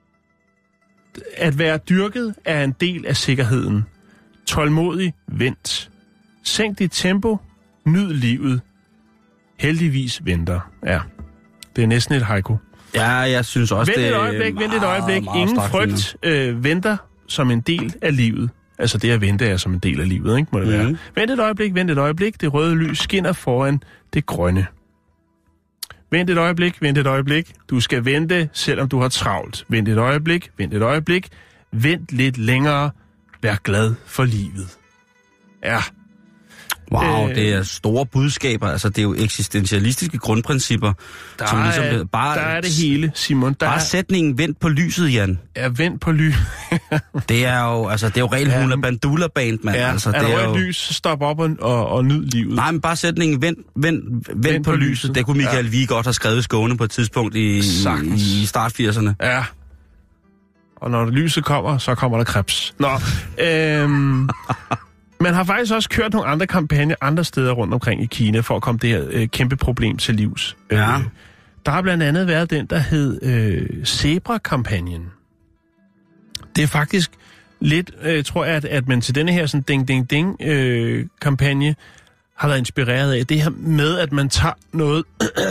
at være dyrket er en del af sikkerheden. Tålmodig, vent. Sænk dit tempo, nyd livet. Heldigvis venter. Ja, det er næsten et haiku.
Ja, jeg synes også,
vent
det
et øjeblik,
meget,
vent et øjeblik. Ingen frygt øh, venter som en del af livet. Altså det at vente er som en del af livet, ikke? Må det være. Mm. Vent et øjeblik, vent et øjeblik. Det røde lys skinner foran det grønne. Vent et øjeblik, vent et øjeblik. Du skal vente, selvom du har travlt. Vent et øjeblik, vent et øjeblik. Vent lidt længere. Vær glad for livet. Ja.
Wow,
øh,
det er store budskaber. Altså, det er jo eksistentialistiske grundprincipper.
Der,
som ligesom,
er,
bare,
der er det hele, Simon. Der
bare
er,
sætningen, vent på lyset, Jan.
Ja, vent på lys.
det er jo, altså, det er jo rent ja, Hula Bandula Band, mand.
Ja,
altså,
er
det
der
er
jo...
jo...
lys, så stop op og, og, og nyd livet.
Nej, men bare sætningen, vent, vent, vent, vent på, på lyset. lyset. Det kunne Michael ja. Vig godt have skrevet i Skåne på et tidspunkt i, i start firserne.
Ja. Og når lyset kommer, så kommer der krebs. Nå, øhm... Man har faktisk også kørt nogle andre kampagner andre steder rundt omkring i Kina for at komme det her øh, kæmpe problem til livs.
Ja.
Øh, der har blandt andet været den, der hed øh, Zebra-kampagnen. Det er faktisk lidt, øh, tror jeg, at, at man til denne her sådan ding-ding-ding-kampagne øh, har været inspireret af det her med, at man tager noget...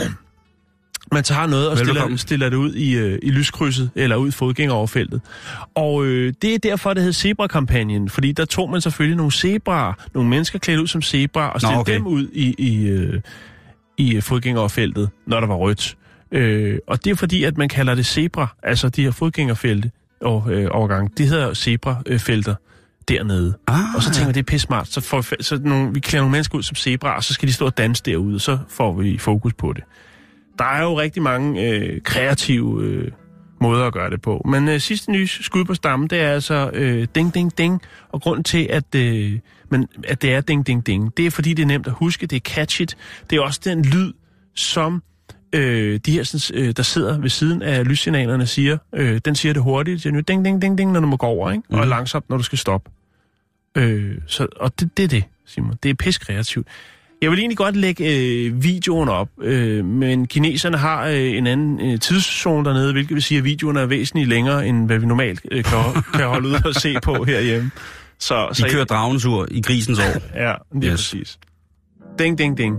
Man tager noget og stiller, stiller det ud i, øh, i lyskrydset, eller ud i fodgængeroverfeltet. Og øh, det er derfor, det hed Zebra-kampagnen, fordi der tog man selvfølgelig nogle zebraer, nogle mennesker klædt ud som zebraer, og stillede okay. dem ud i, i, øh, i fodgængeroverfeltet, når der var rødt. Øh, og det er fordi, at man kalder det zebra, altså de her fodgængerfelte og øh, overgang, det hedder zebrafelter dernede. Ah, og så tænker vi, det er pisse smart, så, får, så nogle, vi klæder nogle mennesker ud som zebraer, og så skal de stå og danse derude, og så får vi fokus på det. Der er jo rigtig mange øh, kreative øh, måder at gøre det på. Men øh, sidste nye skud på stammen, det er altså øh, ding, ding, ding. Og grunden til, at, øh, men, at det er ding, ding, ding, det er fordi, det er nemt at huske, det er catchet. Det er også den lyd, som øh, de her, sådan, øh, der sidder ved siden af lyssignalerne, siger. Øh, den siger det hurtigt. Den ding, ding, ding, ding, når du må gå over, ikke? Mm. Og langsomt, når du skal stoppe. Øh, så, og det, det er det, Simon. Det er pisse kreativt. Jeg vil egentlig godt lægge øh, videoen op, øh, men kineserne har øh, en anden øh, tidszone dernede, hvilket vil sige, at videoen er væsentligt længere, end hvad vi normalt øh, kan, kan holde ud og se på herhjemme. Så,
De
så
kører dragentur i grisens år.
Ja, lige
Yes.
præcis. Ding, ding, ding.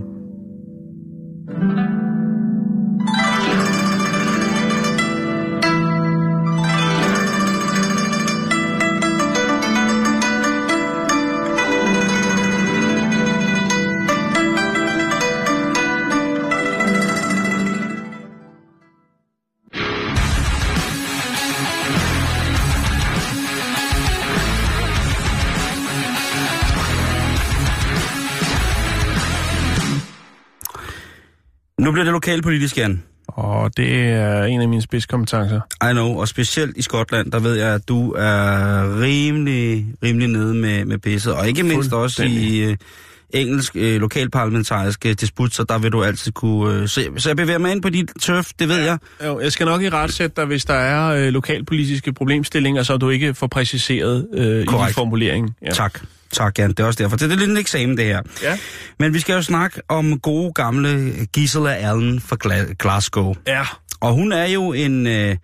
Nu bliver det lokalpolitisk, Jan.
Og det er en af mine spidskompetencer.
I know, og specielt i Skotland, der ved jeg, at du er rimelig, rimelig nede med, med pisset. Og ikke mindst også i uh, engelsk uh, lokalparlamentariske disputser, der vil du altid kunne... Uh, så, så jeg bevæger mig ind på dit turf, det ved ja. jeg.
Jo, jeg skal nok i retsætte dig, hvis der er uh, lokalpolitiske problemstillinger, så du ikke får præciseret uh, i din formulering. Ja.
Tak. Tak, Jan. Det er også derfor. Det er lidt en eksamen, det her.
Ja.
Men vi skal jo snakke om gode, gamle Gisela Allen fra Gla- Glasgow.
Ja.
Og hun er jo en, øh,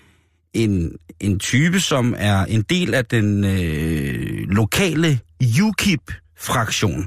en, en type, som er en del af den øh, lokale U K I P-fraktion.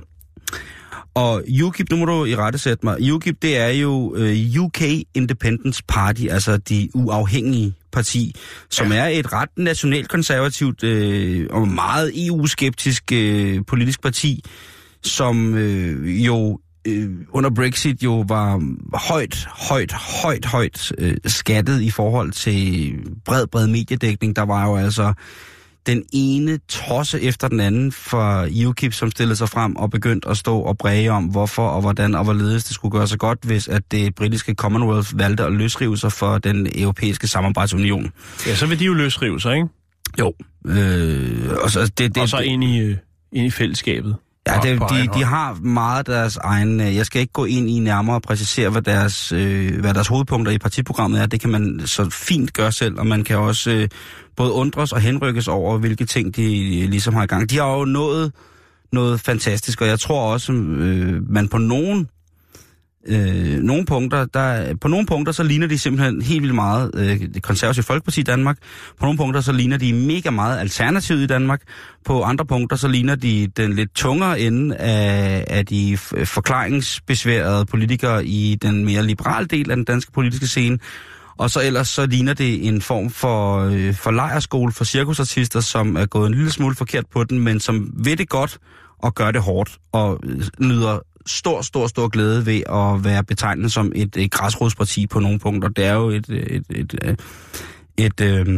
Og U K I P, nu må du i rette sætte mig, U K I P, det er jo øh, U K Independence Party, altså de uafhængige parti, som ja. er et ret nationalkonservativt øh, og meget E U-skeptisk øh, politisk parti, som øh, jo øh, under Brexit jo var højt, højt, højt, højt øh, skattet i forhold til bred, bred mediedækning. Der var jo altså den ene tosse efter den anden for U K I P, som stillede sig frem og begyndte at stå og bræge om, hvorfor og hvordan og hvorledes det skulle gøre sig godt, hvis at det britiske Commonwealth valgte at løsrive sig for den europæiske samarbejdsunion.
Ja, så vil de jo løsrive sig, ikke?
Jo. Øh, og, så, det, det,
og så ind i, øh, ind i fællesskabet.
Ja, det, de, de har meget deres egen... Jeg skal ikke gå ind i nærmere og præcisere, hvad deres, øh, hvad deres hovedpunkter i partiprogrammet er. Det kan man så fint gøre selv, og man kan også øh, både undres og henrykkes over, hvilke ting de ligesom har i gang. De har jo nået noget fantastisk, og jeg tror også, øh, man på nogen, øh, nogle punkter, der, på nogle punkter, så ligner de simpelthen helt vildt meget øh, det konservative Folkeparti i Danmark. På nogle punkter, så ligner de mega meget Alternativet i Danmark. På andre punkter, så ligner de den lidt tungere ende af, af de forklaringsbesværede politikere i den mere liberale del af den danske politiske scene. Og så ellers så ligner det en form for, øh, for lejrskole for cirkusartister, som er gået en lille smule forkert på den, men som ved det godt og gør det hårdt og nyder stor, stor, stor glæde ved at være betegnet som et, et græsrodsparti på nogle punkter. Det er jo et et et et, et, et,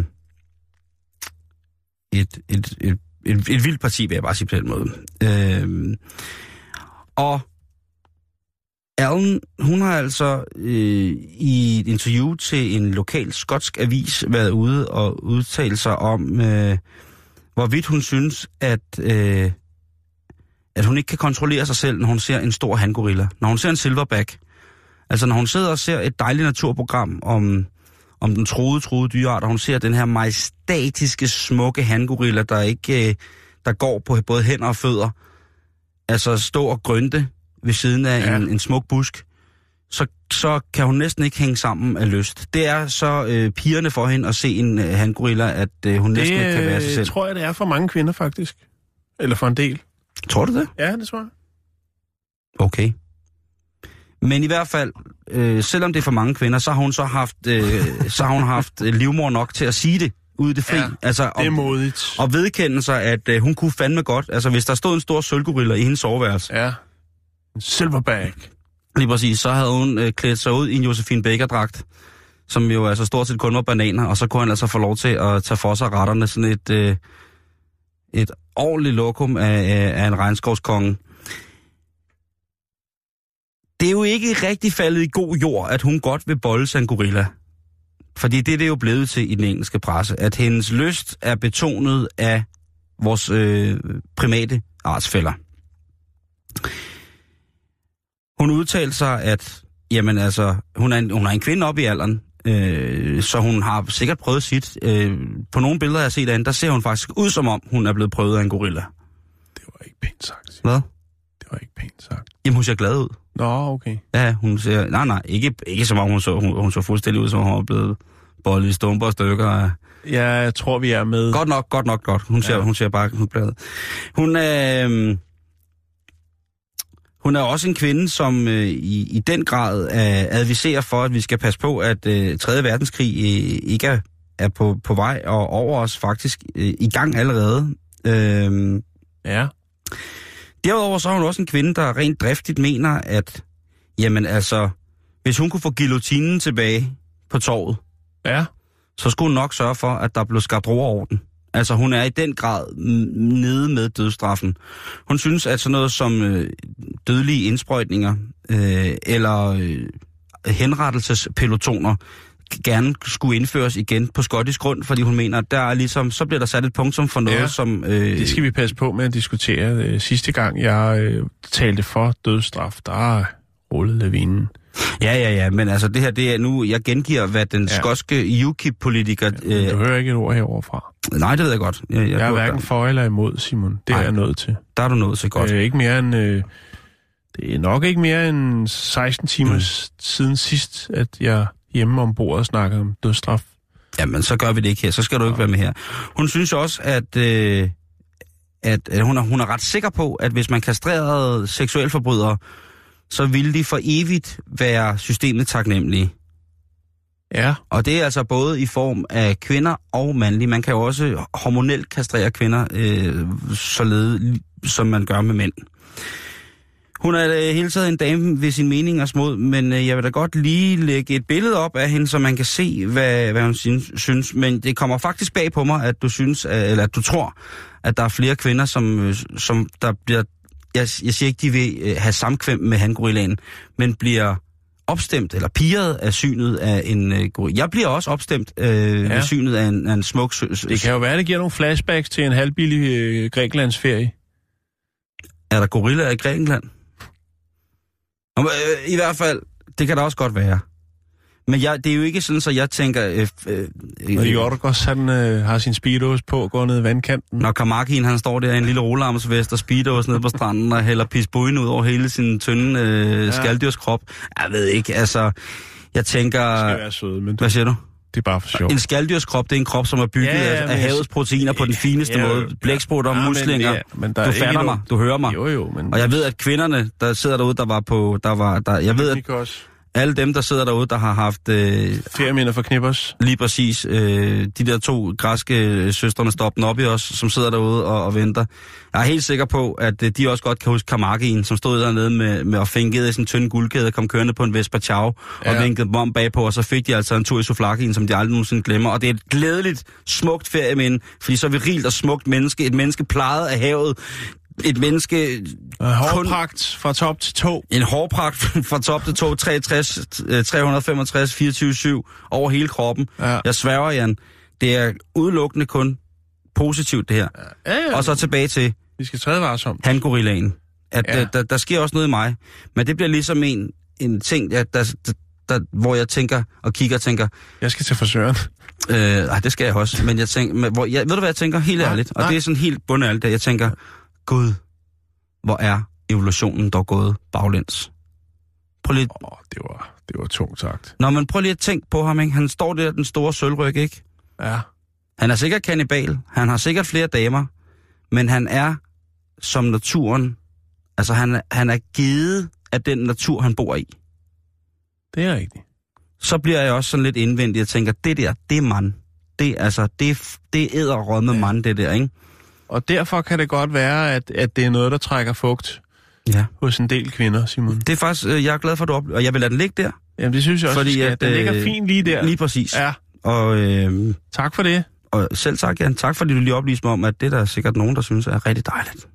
et, et, et, et, et vildt parti, vil jeg bare sige på den måde. Øhm, og Allen, hun har altså øh, i et interview til en lokal skotsk avis været ude og udtale sig om, øh, hvorvidt hun synes, at, øh, at hun ikke kan kontrollere sig selv, når hun ser en stor hangorilla. Når hun ser en silverback. Altså når hun sidder og ser et dejligt naturprogram om, om den troede, troede dyreart, og hun ser den her majestatiske, smukke hangorilla, der ikke øh, der går på både hænder og fødder, altså stå og grønte ved siden af ja. en, en smuk busk, så, så kan hun næsten ikke hænge sammen af lyst. Det er så øh, pigerne for hende at se en øh, hangorilla, at øh, hun det, næsten ikke kan være sig selv.
Det tror jeg, det er for mange kvinder faktisk. Eller for en del.
Tror du det?
Ja, det tror jeg.
Okay. Men i hvert fald, øh, selvom det er for mange kvinder, så har hun så haft, øh, så har hun haft øh, livmor nok til at sige det ude i det fri.
Ja,
altså,
det er modigt.
Og vedkende sig, at øh, hun kunne fandme godt. Altså hvis der stod en stor sølvgorilla i hendes soveværelse.
Ja. En silverback.
Lige præcis, så havde hun øh, klædt sig ud i en Josephine Baker-dragt, som jo altså stort set kun var bananer, og så kunne han altså få lov til at tage for sig retterne sådan et, øh, et ordentligt lokum af, af, af en regnskovskonge. Det er jo ikke rigtig faldet i god jord, at hun godt vil bolde sig en gorilla. Fordi det er det jo blevet til i den engelske presse, at hendes lyst er betonet af vores øh, primate artsfæller. Hun udtalte sig, at jamen, altså, hun, er en, hun er en kvinde op i alderen, øh, så hun har sikkert prøvet sit. Øh, på nogle billeder, jeg har set af hende, der ser hun faktisk ud, som om hun er blevet prøvet af en gorilla.
Det var ikke pænt sagt.
Hvad?
Det var ikke pænt sagt.
Jamen, hun ser glad ud.
Nå, okay.
Ja, hun ser... Nej, nej, ikke, ikke som om hun så, hun, hun så fuldstændig ud, som om hun var blevet bollet i stumper og stykker.
Ja, jeg tror, vi er med.
Godt nok, godt nok, godt. Hun ser, ja. hun ser bare hun bladet. Hun er... Øh, Hun er også en kvinde, som øh, i, i den grad øh, adviserer for, at vi skal passe på, at øh, tredje verdenskrig øh, ikke er, er på, på vej og over os faktisk øh, i gang allerede. Øh,
ja.
Derudover så er hun også en kvinde, der rent driftigt mener, at jamen altså, hvis hun kunne få guillotinen tilbage på torvet,
ja.
så skulle hun nok sørge for, at der blev skabt ro og orden. Altså, hun er i den grad nede med dødsstraffen. Hun synes, at sådan noget som øh, dødelige indsprøjtninger øh, eller øh, henrettelsespelotoner gerne skulle indføres igen på skottisk grund, fordi hun mener, at der er ligesom, så bliver der sat et punktum for noget, ja, som... Øh,
det skal vi passe på med at diskutere. Øh, sidste gang, jeg øh, talte for dødsstraf, der rullede lavinen.
Ja, ja, ja, men altså det her, det er nu, jeg gengiver, hvad den ja. skotske U KIP-politiker...
Ja, du øh, hører ikke et ord heroverfra.
Nej, det ved jeg godt. Jeg, jeg,
jeg er hverken for eller imod, Simon. Det
nej,
er jeg nået til.
Der er du nået til, godt.
Øh, ikke mere end, øh, det er nok ikke mere end seksten timer mm. siden sidst, at jeg hjemme om bordet snakkede om dødsstraf.
Jamen, så gør vi det ikke her. Så skal du ikke ja. være med her. Hun synes også, at, øh, at, at hun, er, hun er ret sikker på, at hvis man kastrerede seksuelforbrydere, så ville de for evigt være systemet taknemmelige.
Ja.
Og det er altså både i form af kvinder og mandlige. Man kan jo også hormonelt kastrere kvinder, øh, således som man gør med mænd. Hun er øh, hele tiden en dame ved sin mening og smod, men øh, jeg vil da godt lige lægge et billede op af hende, så man kan se, hvad, hvad hun synes. Men det kommer faktisk bag på mig, at du synes, eller at du tror, at der er flere kvinder, som, som der bliver... Jeg, jeg siger ikke, de vil øh, have samkvem med hangorillaen, men bliver opstemt eller pirret af synet af en øh, gorilla. Jeg bliver også opstemt øh, ja. ved synet af en, af en smuk... Sø-
det kan jo være, det giver nogle flashbacks til en halvbillig øh, Grækenlandsferie.
Er der gorillaer i Grækenland? Nå, øh, I hvert fald, det kan da også godt være. Men jeg, det er jo ikke sådan, så jeg tænker... Øh, øh,
øh, Jorgos, han øh, har sin speedos på, går ned i vandkanten.
Når Kamakien, han står der i en lille rolarmsvest og speedos nede på stranden og hælder pisbuien ud over hele sin tynde øh, ja. skalddyrskrop. Jeg ved ikke, altså... Jeg tænker...
Det skal være søde, men...
Hvad siger du?
Det er bare for sjovt.
En skalddyrskrop, det er en krop, som er bygget ja, ja, af, af havets proteiner på den fineste ja, måde. Blæksprutter og ja, muslinger. Ja, men du fatter mig, noget... du hører mig.
Jo, jo, men...
Og jeg ved, at kvinderne, der sidder derude, der var på... Der var, der, jeg ved, at... Alle dem, der sidder derude, der har haft... Øh,
Ferieminder for knippers.
Lige præcis. Øh, de der to græske søstrene stoppen op i os, som sidder derude og, og venter. Jeg er helt sikker på, at øh, de også godt kan huske Kamakien, som stod dernede med, med og fængede i sin tynde guldkæde og kom kørende på en Vespa Chow ja. og vinkede dem om bagpå, og så fik de altså en tur i souvlakien, som de aldrig nogensinde glemmer. Og det er et glædeligt, smukt ferieminde, fordi så virilt og smukt menneske, et menneske plejet af havet, et menneske...
En hårpragt fra top til tå.
En hårpragt fra top til tå, treogtres, tre femogtres, fireogtyve syv, over hele kroppen. Ja. Jeg sværger, Jan, det er udelukkende kun positivt, det her. Ja, ja, ja. Og så tilbage til...
Vi skal træde varsomt.
Hangorillaen. At ja. der, der, der sker også noget i mig. Men det bliver ligesom en, en ting, der, der, der, hvor jeg tænker og kigger og tænker...
Jeg skal til frisøren.
Øh, nej, det skal jeg også. Men jeg tænker... Hvor, jeg, ved du, hvad jeg tænker? Helt nej, ærligt. Og nej. det er sådan helt bundærligt, at jeg tænker... Gud, hvor er evolutionen dog gået baglæns. Prøv lige...
Oh, det var, det var tungt sagt.
Nå, men prøv lige at tænke på ham, ikke? Han står der, den store sølvryg, ikke?
Ja.
Han er sikkert kannibal. Han har sikkert flere damer. Men han er som naturen... Altså, han, han er givet af den natur, han bor i.
Det er rigtigt.
Så bliver jeg også sådan lidt indvendig og tænker, det der, det er mand. Det, altså, det, det er edderrømme ja. mand, det der, ikke?
Og derfor kan det godt være, at, at det er noget, der trækker fugt
ja.
hos en del kvinder, Simon.
Det er faktisk, jeg er glad for, at du oplever, og jeg vil lade den ligge der.
Jamen, det synes jeg også,
fordi at,
den ligger øh, fint lige der.
Lige præcis.
Ja.
Og, øh,
tak for det.
Og selv tak, Jan. Tak, fordi du lige oplyste mig om, at det der er sikkert nogen, der synes er rigtig dejligt.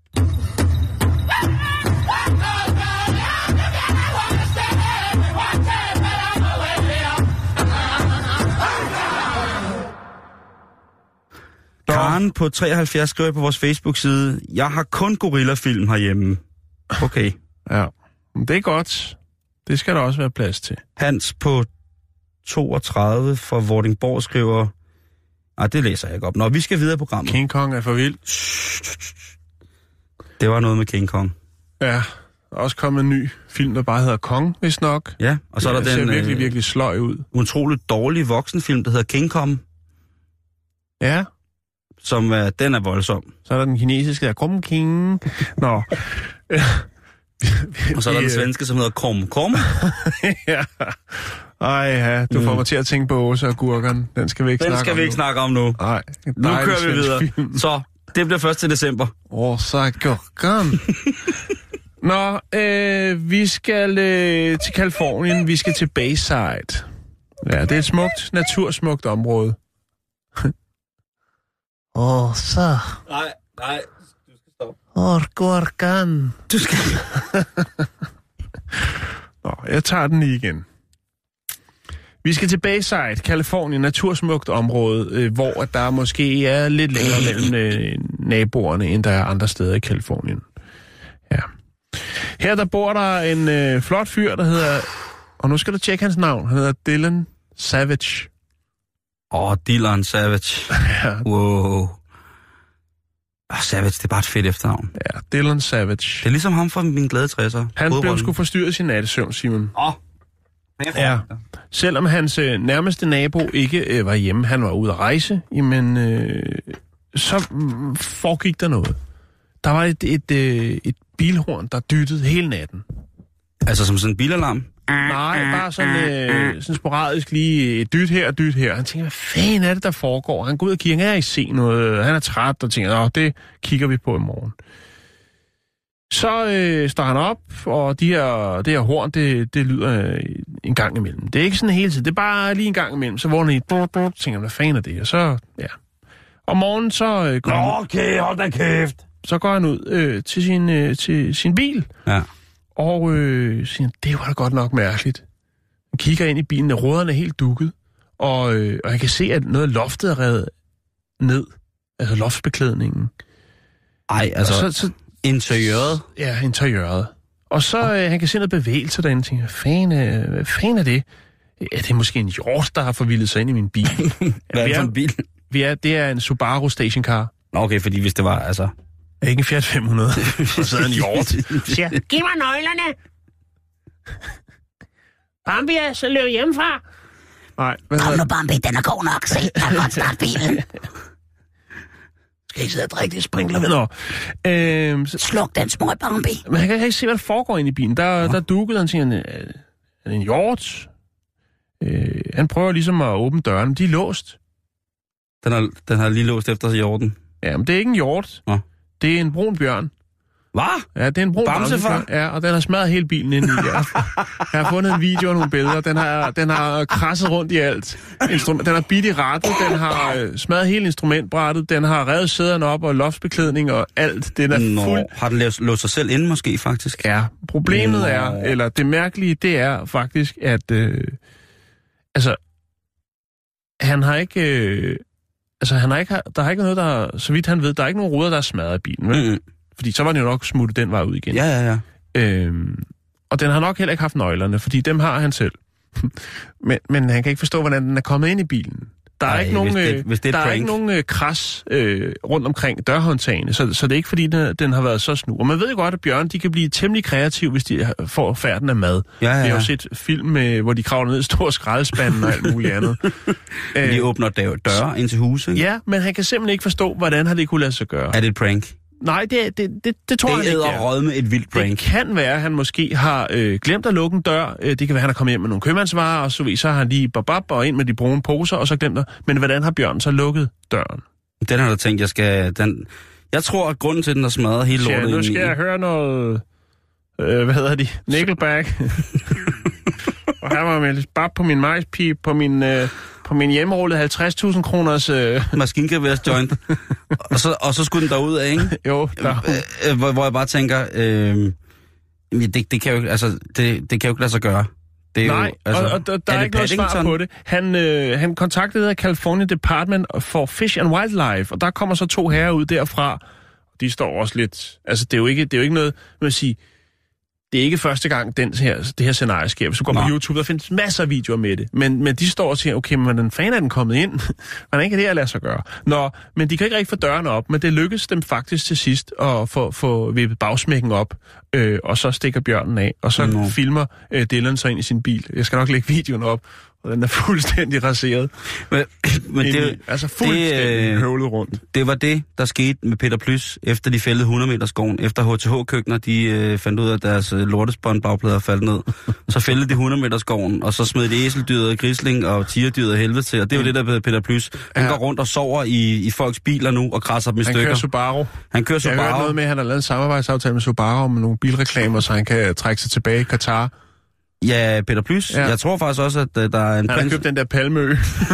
Karen på treoghalvfjerds skriver på vores Facebook-side, jeg har kun gorillafilm herhjemme. Okay.
Ja, det er godt. Det skal der også være plads til.
Hans på toogtredive fra Vordingborg skriver, nej, det læser jeg ikke op. Nå, vi skal videre i programmet.
King Kong er for vild.
Det var noget med King Kong.
Ja, også kommet en ny film, der bare hedder Kong, hvis nok.
Ja, og så er der
den...
den...
ser virkelig,
øh,
virkelig sløj ud.
Utroligt dårlig voksenfilm, der hedder King Kong,
Ja,
som øh, den er voldsom.
så er der den kinesiske, der Krum King. Nå.
Og så er der den svenske, som hedder Krom Krom.
Ja. Ej, ja, du får mig til at tænke på Åse og Gurken. Den skal vi ikke
Den
snakke
skal
om
vi ikke
nu.
snakke om nu.
Nej.
Nu kører vi videre.
Film.
Så, det bliver først til december.
Åse og Gurken. Nå, øh, vi skal øh, til Californien. Vi skal til Bayside. Ja, det er et smukt, natursmukt område. Åh, så.
Nej, nej, du skal stoppe.
Åh, Gurken.
Du skal...
Nå, jeg tager den lige igen. Vi skal til Bayside, Californien, natursmukt område, øh, hvor der måske er lidt længere mellem øh, naboerne, end der er andre steder i Californien. Ja. Her der bor der en øh, flot fyr, der hedder, og nu skal du tjekke hans navn, han hedder Dylan Savage.
Åh, oh, Dylan Savage.
Ja,
Wow. Oh, Savage, det er bare et fedt efternavn.
ja, Dylan Savage.
Det er ligesom ham fra Min Glade tresser.
Han blev sgu forstyrret sin nattesøvn, Simon.
Åh. Oh.
Ja. Selvom hans øh, nærmeste nabo ikke øh, var hjemme, han var ude at rejse, jamen, øh, så mm, foregik der noget. Der var et, et, øh, et bilhorn, der dyttede hele natten.
Altså som sådan en bilalarm?
Nej, bare sådan, øh, sådan sporadisk lige et dyt her og dyt her. Han tænker, hvad fanden er det, der foregår? Han går ud og kigger, han kan ikke se noget. Han er træt og tænker, åh, det kigger vi på i morgen. Så øh, står han op, og de her, det her horn, det, det lyder øh, en gang imellem. Det er ikke sådan hele tiden, det er bare lige en gang imellem. Så vågner han i, tænker, hvad fanden er det? Og så, ja. Om morgenen, så, øh, går, han,
Okay, hold da kæft.
så går han ud øh, til, sin, øh, til sin bil,
Ja.
og øh, siger, det var da godt nok mærkeligt. Han kigger ind i bilen, og ruderne er helt dukket, og, øh, og han kan se, at noget af loftet er revet ned. Altså loftsbeklædningen.
Ej, altså...
Og så, så,
interiøret?
Ja, interiøret. Og så øh, han kan se noget bevægelse derinde, og tænker, hvad fanden, er, hvad fanden er det? Ja, det er måske en hjort, der har forvildet sig ind i min bil.
Hvad er det for en bil?
Vi er, det er en Subaru stationcar.
Nå, okay, fordi hvis det var, altså...
Ikke en Fiat fem hundrede. Og så er en hjort. Siger, giv mig nøglerne! Bambi er så løb hjemmefra. Nej, hvad
Kom
hedder
nu, Bambi, den er god nok. Se, jeg kan godt starte bilen.
Skal ikke sidde og drikke det sprinkler ved? Nå. Øhm, så,
Sluk den små Bambi.
men han kan ikke se, hvad der foregår inde i bilen. Der, ja. der dukkede han, siger, er det en hjort? Øh, han prøver ligesom at åbne døren, men de er låst.
Den har, den har lige låst efter sig i orden.
Ja, men det er ikke en hjort.
Nå.
Det er en brun bjørn.
Hvad?
Ja, det er en brun
Bamsefar?
bamsefar. Ja, og den har smadret hele bilen ind i. Ja. Jeg har fundet en video og nogle billeder. Den har, den har krasset rundt i alt. Instrum- den har bidt i rattet, den har øh, smadret hele instrumentbrættet, den har revet sæderne op og loftsbeklædning og alt. Den er
Nå,
fuld...
har den låst, låst sig selv inde måske, faktisk?
Ja, problemet
Nå.
er, eller det mærkelige, det er faktisk, at... Øh, altså, han har ikke... Øh, altså, han har ikke... Der har ikke noget, der... Så vidt han ved, der er ikke nogen ruder, der er smadret i bilen, vel?
Mm-hmm.
Fordi så var den jo nok smuttet den vej ud igen.
Ja, ja, ja.
Øhm, og den har nok heller ikke haft nøglerne, fordi dem har han selv. men, men han kan ikke forstå, hvordan den er kommet ind i bilen. Der er
Ej,
ikke nogen,
hvis det-
øh,
hvis det er
der er
prank.
ikke nogen øh, kras øh, rundt omkring dørhåndtagene, så, så det er ikke fordi, den, den har været så snu. Og man ved jo godt, at bjørn de kan blive temmelig kreative, hvis de får færden af mad.
Ja, ja,
Vi har
ja.
jo set film, øh, hvor de kravler ned i store skraldespanden og alt muligt andet.
De
øh,
åbner dør, døre ind til huset, ikke?
ja, men han kan simpelthen ikke forstå, hvordan har det kunne lade sig gøre.
Er det et prank?
Nej, det, det, det, det tror
Det
jeg ikke.
æder rød med et vildt prank.
Det kan være, at han måske har øh, glemt at lukke en dør. Øh, det kan være, at han er kommet hjem med nogle købmandsvarer, og så, så har han lige babab og ind med de brune poser, og så glemt at... Men hvordan har bjørnen så lukket døren?
Den har du tænkt, jeg skal... Den... Jeg tror, at grunden til, at den har smadret hele
Så,
lortet
nu
ind
skal
i...
jeg høre noget... Øh, hvad hedder de? Nickelback. Og her var med bab på min majspip, på min... Øh, på min hjemmerullede halvtreds tusind kroners... Øh,
Maskingeværs joint. og, så, og så skulle den derud af, ikke?
jo, der...
Øh, øh, hvor, hvor jeg bare tænker... Øh, det, det, kan jo, ikke- altså, det, det kan jo ikke lade sig gøre. Det er
Nej,
jo, altså,
og, og der, der er,
det
ikke noget svar
Paddington?
på det. Han, øh, han kontaktede California Department for Fish and Wildlife, og der kommer så to herrer ud derfra. De står også lidt... Altså, det er jo ikke, det er jo ikke noget, man vil sige... det er ikke første gang, den her, det her scenarie sker. Hvis du går Nå. på YouTube, der findes masser af videoer med det. Men, men de står og siger, okay, men hvordan fanden er den kommet ind? Hvordan kan det her lade sig gøre? Nå, men de kan ikke rigtig få dørene op, men det lykkes dem faktisk til sidst at få, få vippet bagsmækken op, øh, og så stikker bjørnen af, og så Nå. filmer øh, Dylan sig ind i sin bil. Jeg skal nok lægge videoen op, og den er fuldstændig raseret.
Men, men det,
i, altså fuldstændig det, høvlet rundt.
Det var det, der skete med Peter Plys, efter de fældede hundrede meter skoven. Efter H T H-køkkener, de øh, fandt ud af, at deres øh, lortespåndbagplader faldt ned. Så fældede de hundrede meter skoven, og så smed det æseldyret, grisling og tigerdyret af helvede til. Og det er jo det, der er Peter Plys. Han ja. går rundt og sover i, i folks biler nu, og krasser dem i
han
stykker.
Han kører Subaru.
Han kører Subaru.
Jeg har hørt noget med, at han har lavet en samarbejdsaftale med Subaru med nogle bilreklamer, så han kan trække sig tilbage i Katar.
Ja, Peter Plys. Ja. Jeg tror faktisk også, at uh, der er en...
Han har købt den der Palmeø.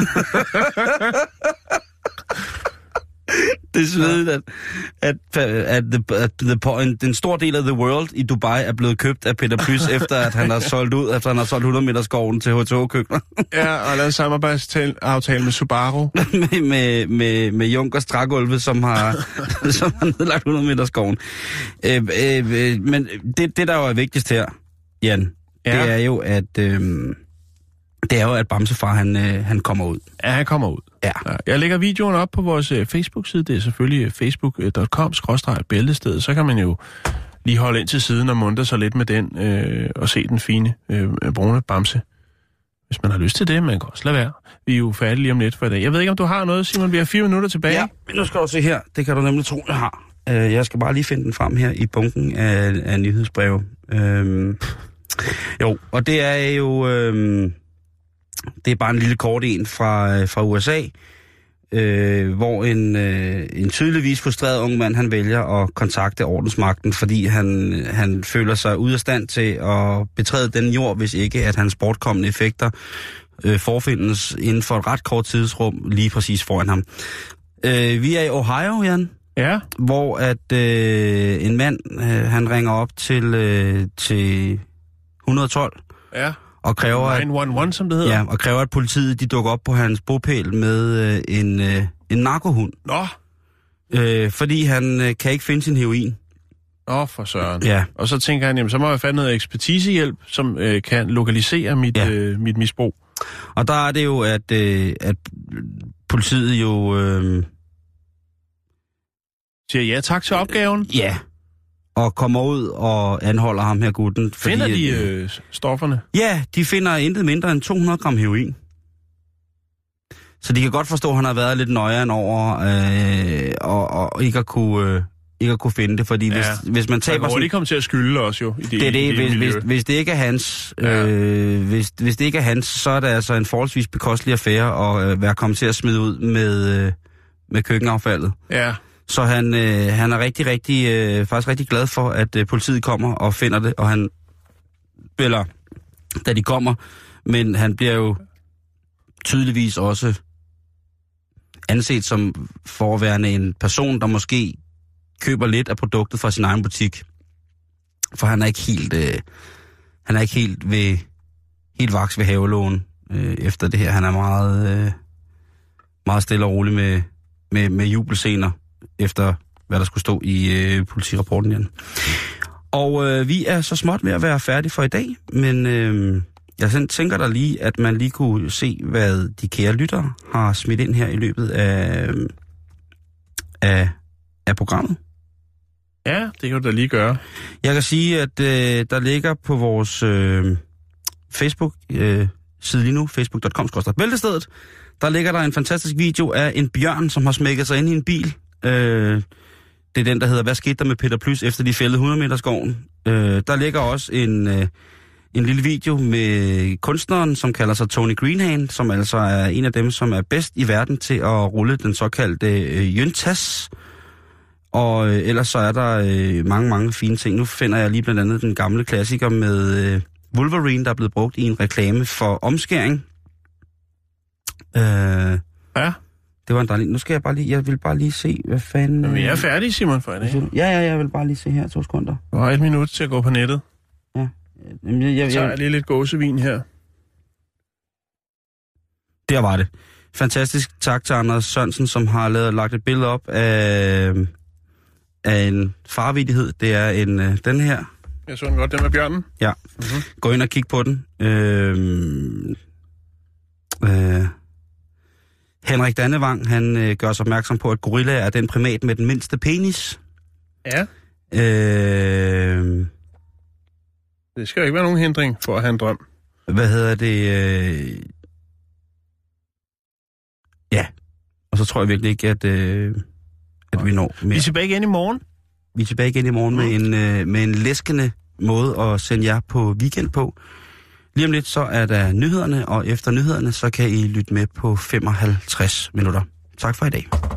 Det er svedigt, at, at, at, the, at the point, en stor del af the world i Dubai er blevet købt af Peter Plys, efter at han har solgt ud, efter han har solgt hundrede meter skoven til H T H-køkkener.
Ja, og lavet en samarbejdsaftale med Subaru.
med, med, med, med Junkers trægulve, som har, som har nedlagt hundrede meter skoven. Øh, øh, men det, det, der jo er vigtigst her, Jan, ja. det er jo, at... Øh, Det er jo, at Bamsefar, han, øh, han kommer ud.
Ja, han kommer ud.
Ja.
Ja. Jeg lægger videoen op på vores øh, Facebook-side. Det er selvfølgelig facebook punktum com skråstreg bæltestedet. Så kan man jo lige holde ind til siden og muntre sig lidt med den øh, og se den fine øh, brune Bamse. Hvis man har lyst til det, man kan også lade være. Vi er jo færdige lige om lidt for i dag. Jeg ved ikke, om du har noget, Simon. Vi har fire minutter tilbage.
Ja, men nu skal du se her. Det kan du nemlig tro, jeg har. Uh, jeg skal bare lige finde den frem her i bunken af, af nyhedsbreve. Uh, jo, og det er jo... Uh, Det er bare en lille kort en fra, fra U S A, øh, hvor en, øh, en tydeligvis frustreret ung mand, han vælger at kontakte ordensmagten, fordi han, han føler sig ude af stand til at betræde den jord, hvis ikke at hans bortkommende effekter øh, forfindes inden for et ret kort tidsrum lige præcis foran ham. Øh, vi er i Ohio, Jan.
Ja.
Hvor at øh, en mand, øh, han ringer op til, øh, til et et to.
Ja.
Og kræver, at,
ni et et, som det hedder.
Ja, og kræver, at politiet de dukker op på hans bopæl med øh, en, øh, en narkohund.
Nå.
Øh, fordi han øh, kan ikke finde sin heroin.
Nå, for søren.
Ja.
Og så tænker han, jamen, så må jeg finde noget ekspertisehjælp, som øh, kan lokalisere mit, ja. øh, mit misbrug.
Og der er det jo, at, øh, at politiet jo... Øh,
siger ja tak til opgaven.
Ja. Og kommer ud og anholder ham her gutten. Fordi,
finder de øh, stofferne?
Ja, de finder intet mindre end to hundrede gram heroin. Så de kan godt forstå, at han har været lidt nøjeren over øh, og, og ikke, at kunne, øh, ikke at kunne finde det. Fordi ja. hvis, hvis man taber...
Han kan komme til at skylde os jo. I det,
det er det,
i det
hvis, hvis, hvis det ikke er hans, ja. øh, hvis, hvis det ikke er hans, så er det altså en forholdsvis bekostelig affære at øh, være kommet til at smide ud med, øh, med køkkenaffaldet.
Ja.
Så han, øh, han er rigtig, rigtig, øh, faktisk rigtig glad for, at øh, politiet kommer og finder det, og han, eller da de kommer, men han bliver jo tydeligvis også anset som forværende en person, der måske køber lidt af produktet fra sin egen butik. For han er ikke helt, øh, han er ikke helt ved, helt vaks ved havelågen øh, efter det her. Han er meget, øh, meget stille og rolig med, med, med jubelscener efter hvad der skulle stå i øh, politirapporten igen. Og øh, vi er så småt ved at være færdige for i dag, men øh, jeg tænker da lige, at man lige kunne se, hvad de kære lyttere har smidt ind her i løbet af, af, af programmet.
Ja, det kan du da lige gøre.
Jeg kan sige, at øh, der ligger på vores øh, Facebook-side øh, lige nu, facebook punktum com skråstreg bæltestedet, der ligger der en fantastisk video af en bjørn, som har smækket sig ind i en bil. Øh, det er den, der hedder, hvad skete der med Peter Plys efter de fældede hundrede meter skoven? Øh, der ligger også en, øh, en lille video med kunstneren, som kalder sig Tony Greenhand, som altså er en af dem, som er bedst i verden til at rulle den såkaldte øh, Jøntas. Og øh, ellers så er der øh, mange, mange fine ting. Nu finder jeg lige blandt andet den gamle klassiker med øh, Wolverine, der er blevet brugt i en reklame for omskæring. Øh,
ja.
Det var en dejlig... Nu skal jeg bare lige... Jeg vil bare lige se, hvad fanden...
Jamen, jeg er færdig, Simon, for i dag.
Ja, ja, jeg vil bare lige se her, to sekunder.
Du har et minut til at gå på nettet.
Ja. Jamen, jeg, jeg,
så er lige lidt gåsevin her.
Der var det. Fantastisk. Tak til Anders Sørensen, som har lavet, lagt et billede op af, af en farvittighed. Det er en, den her.
Jeg så den godt, den med bjørnen.
Ja. Mm-hmm. Gå ind og kig på den. Øh, øh, Henrik Dannevang, han øh, gør sig opmærksom på, at gorilla er den primat med den mindste penis.
Ja.
Øh,
det skal jo ikke være nogen hindring for at have en drøm.
Hvad hedder det? Øh, ja. Og så tror jeg virkelig ikke, at, øh, at vi når mere.
Vi er tilbage igen i morgen.
Vi er tilbage igen i morgen med en, øh, med en læskende måde at sende jer på weekend på. Lige om lidt, så er der nyhederne, og efter nyhederne, så kan I lytte med på femoghalvtreds minutter. Tak for i dag.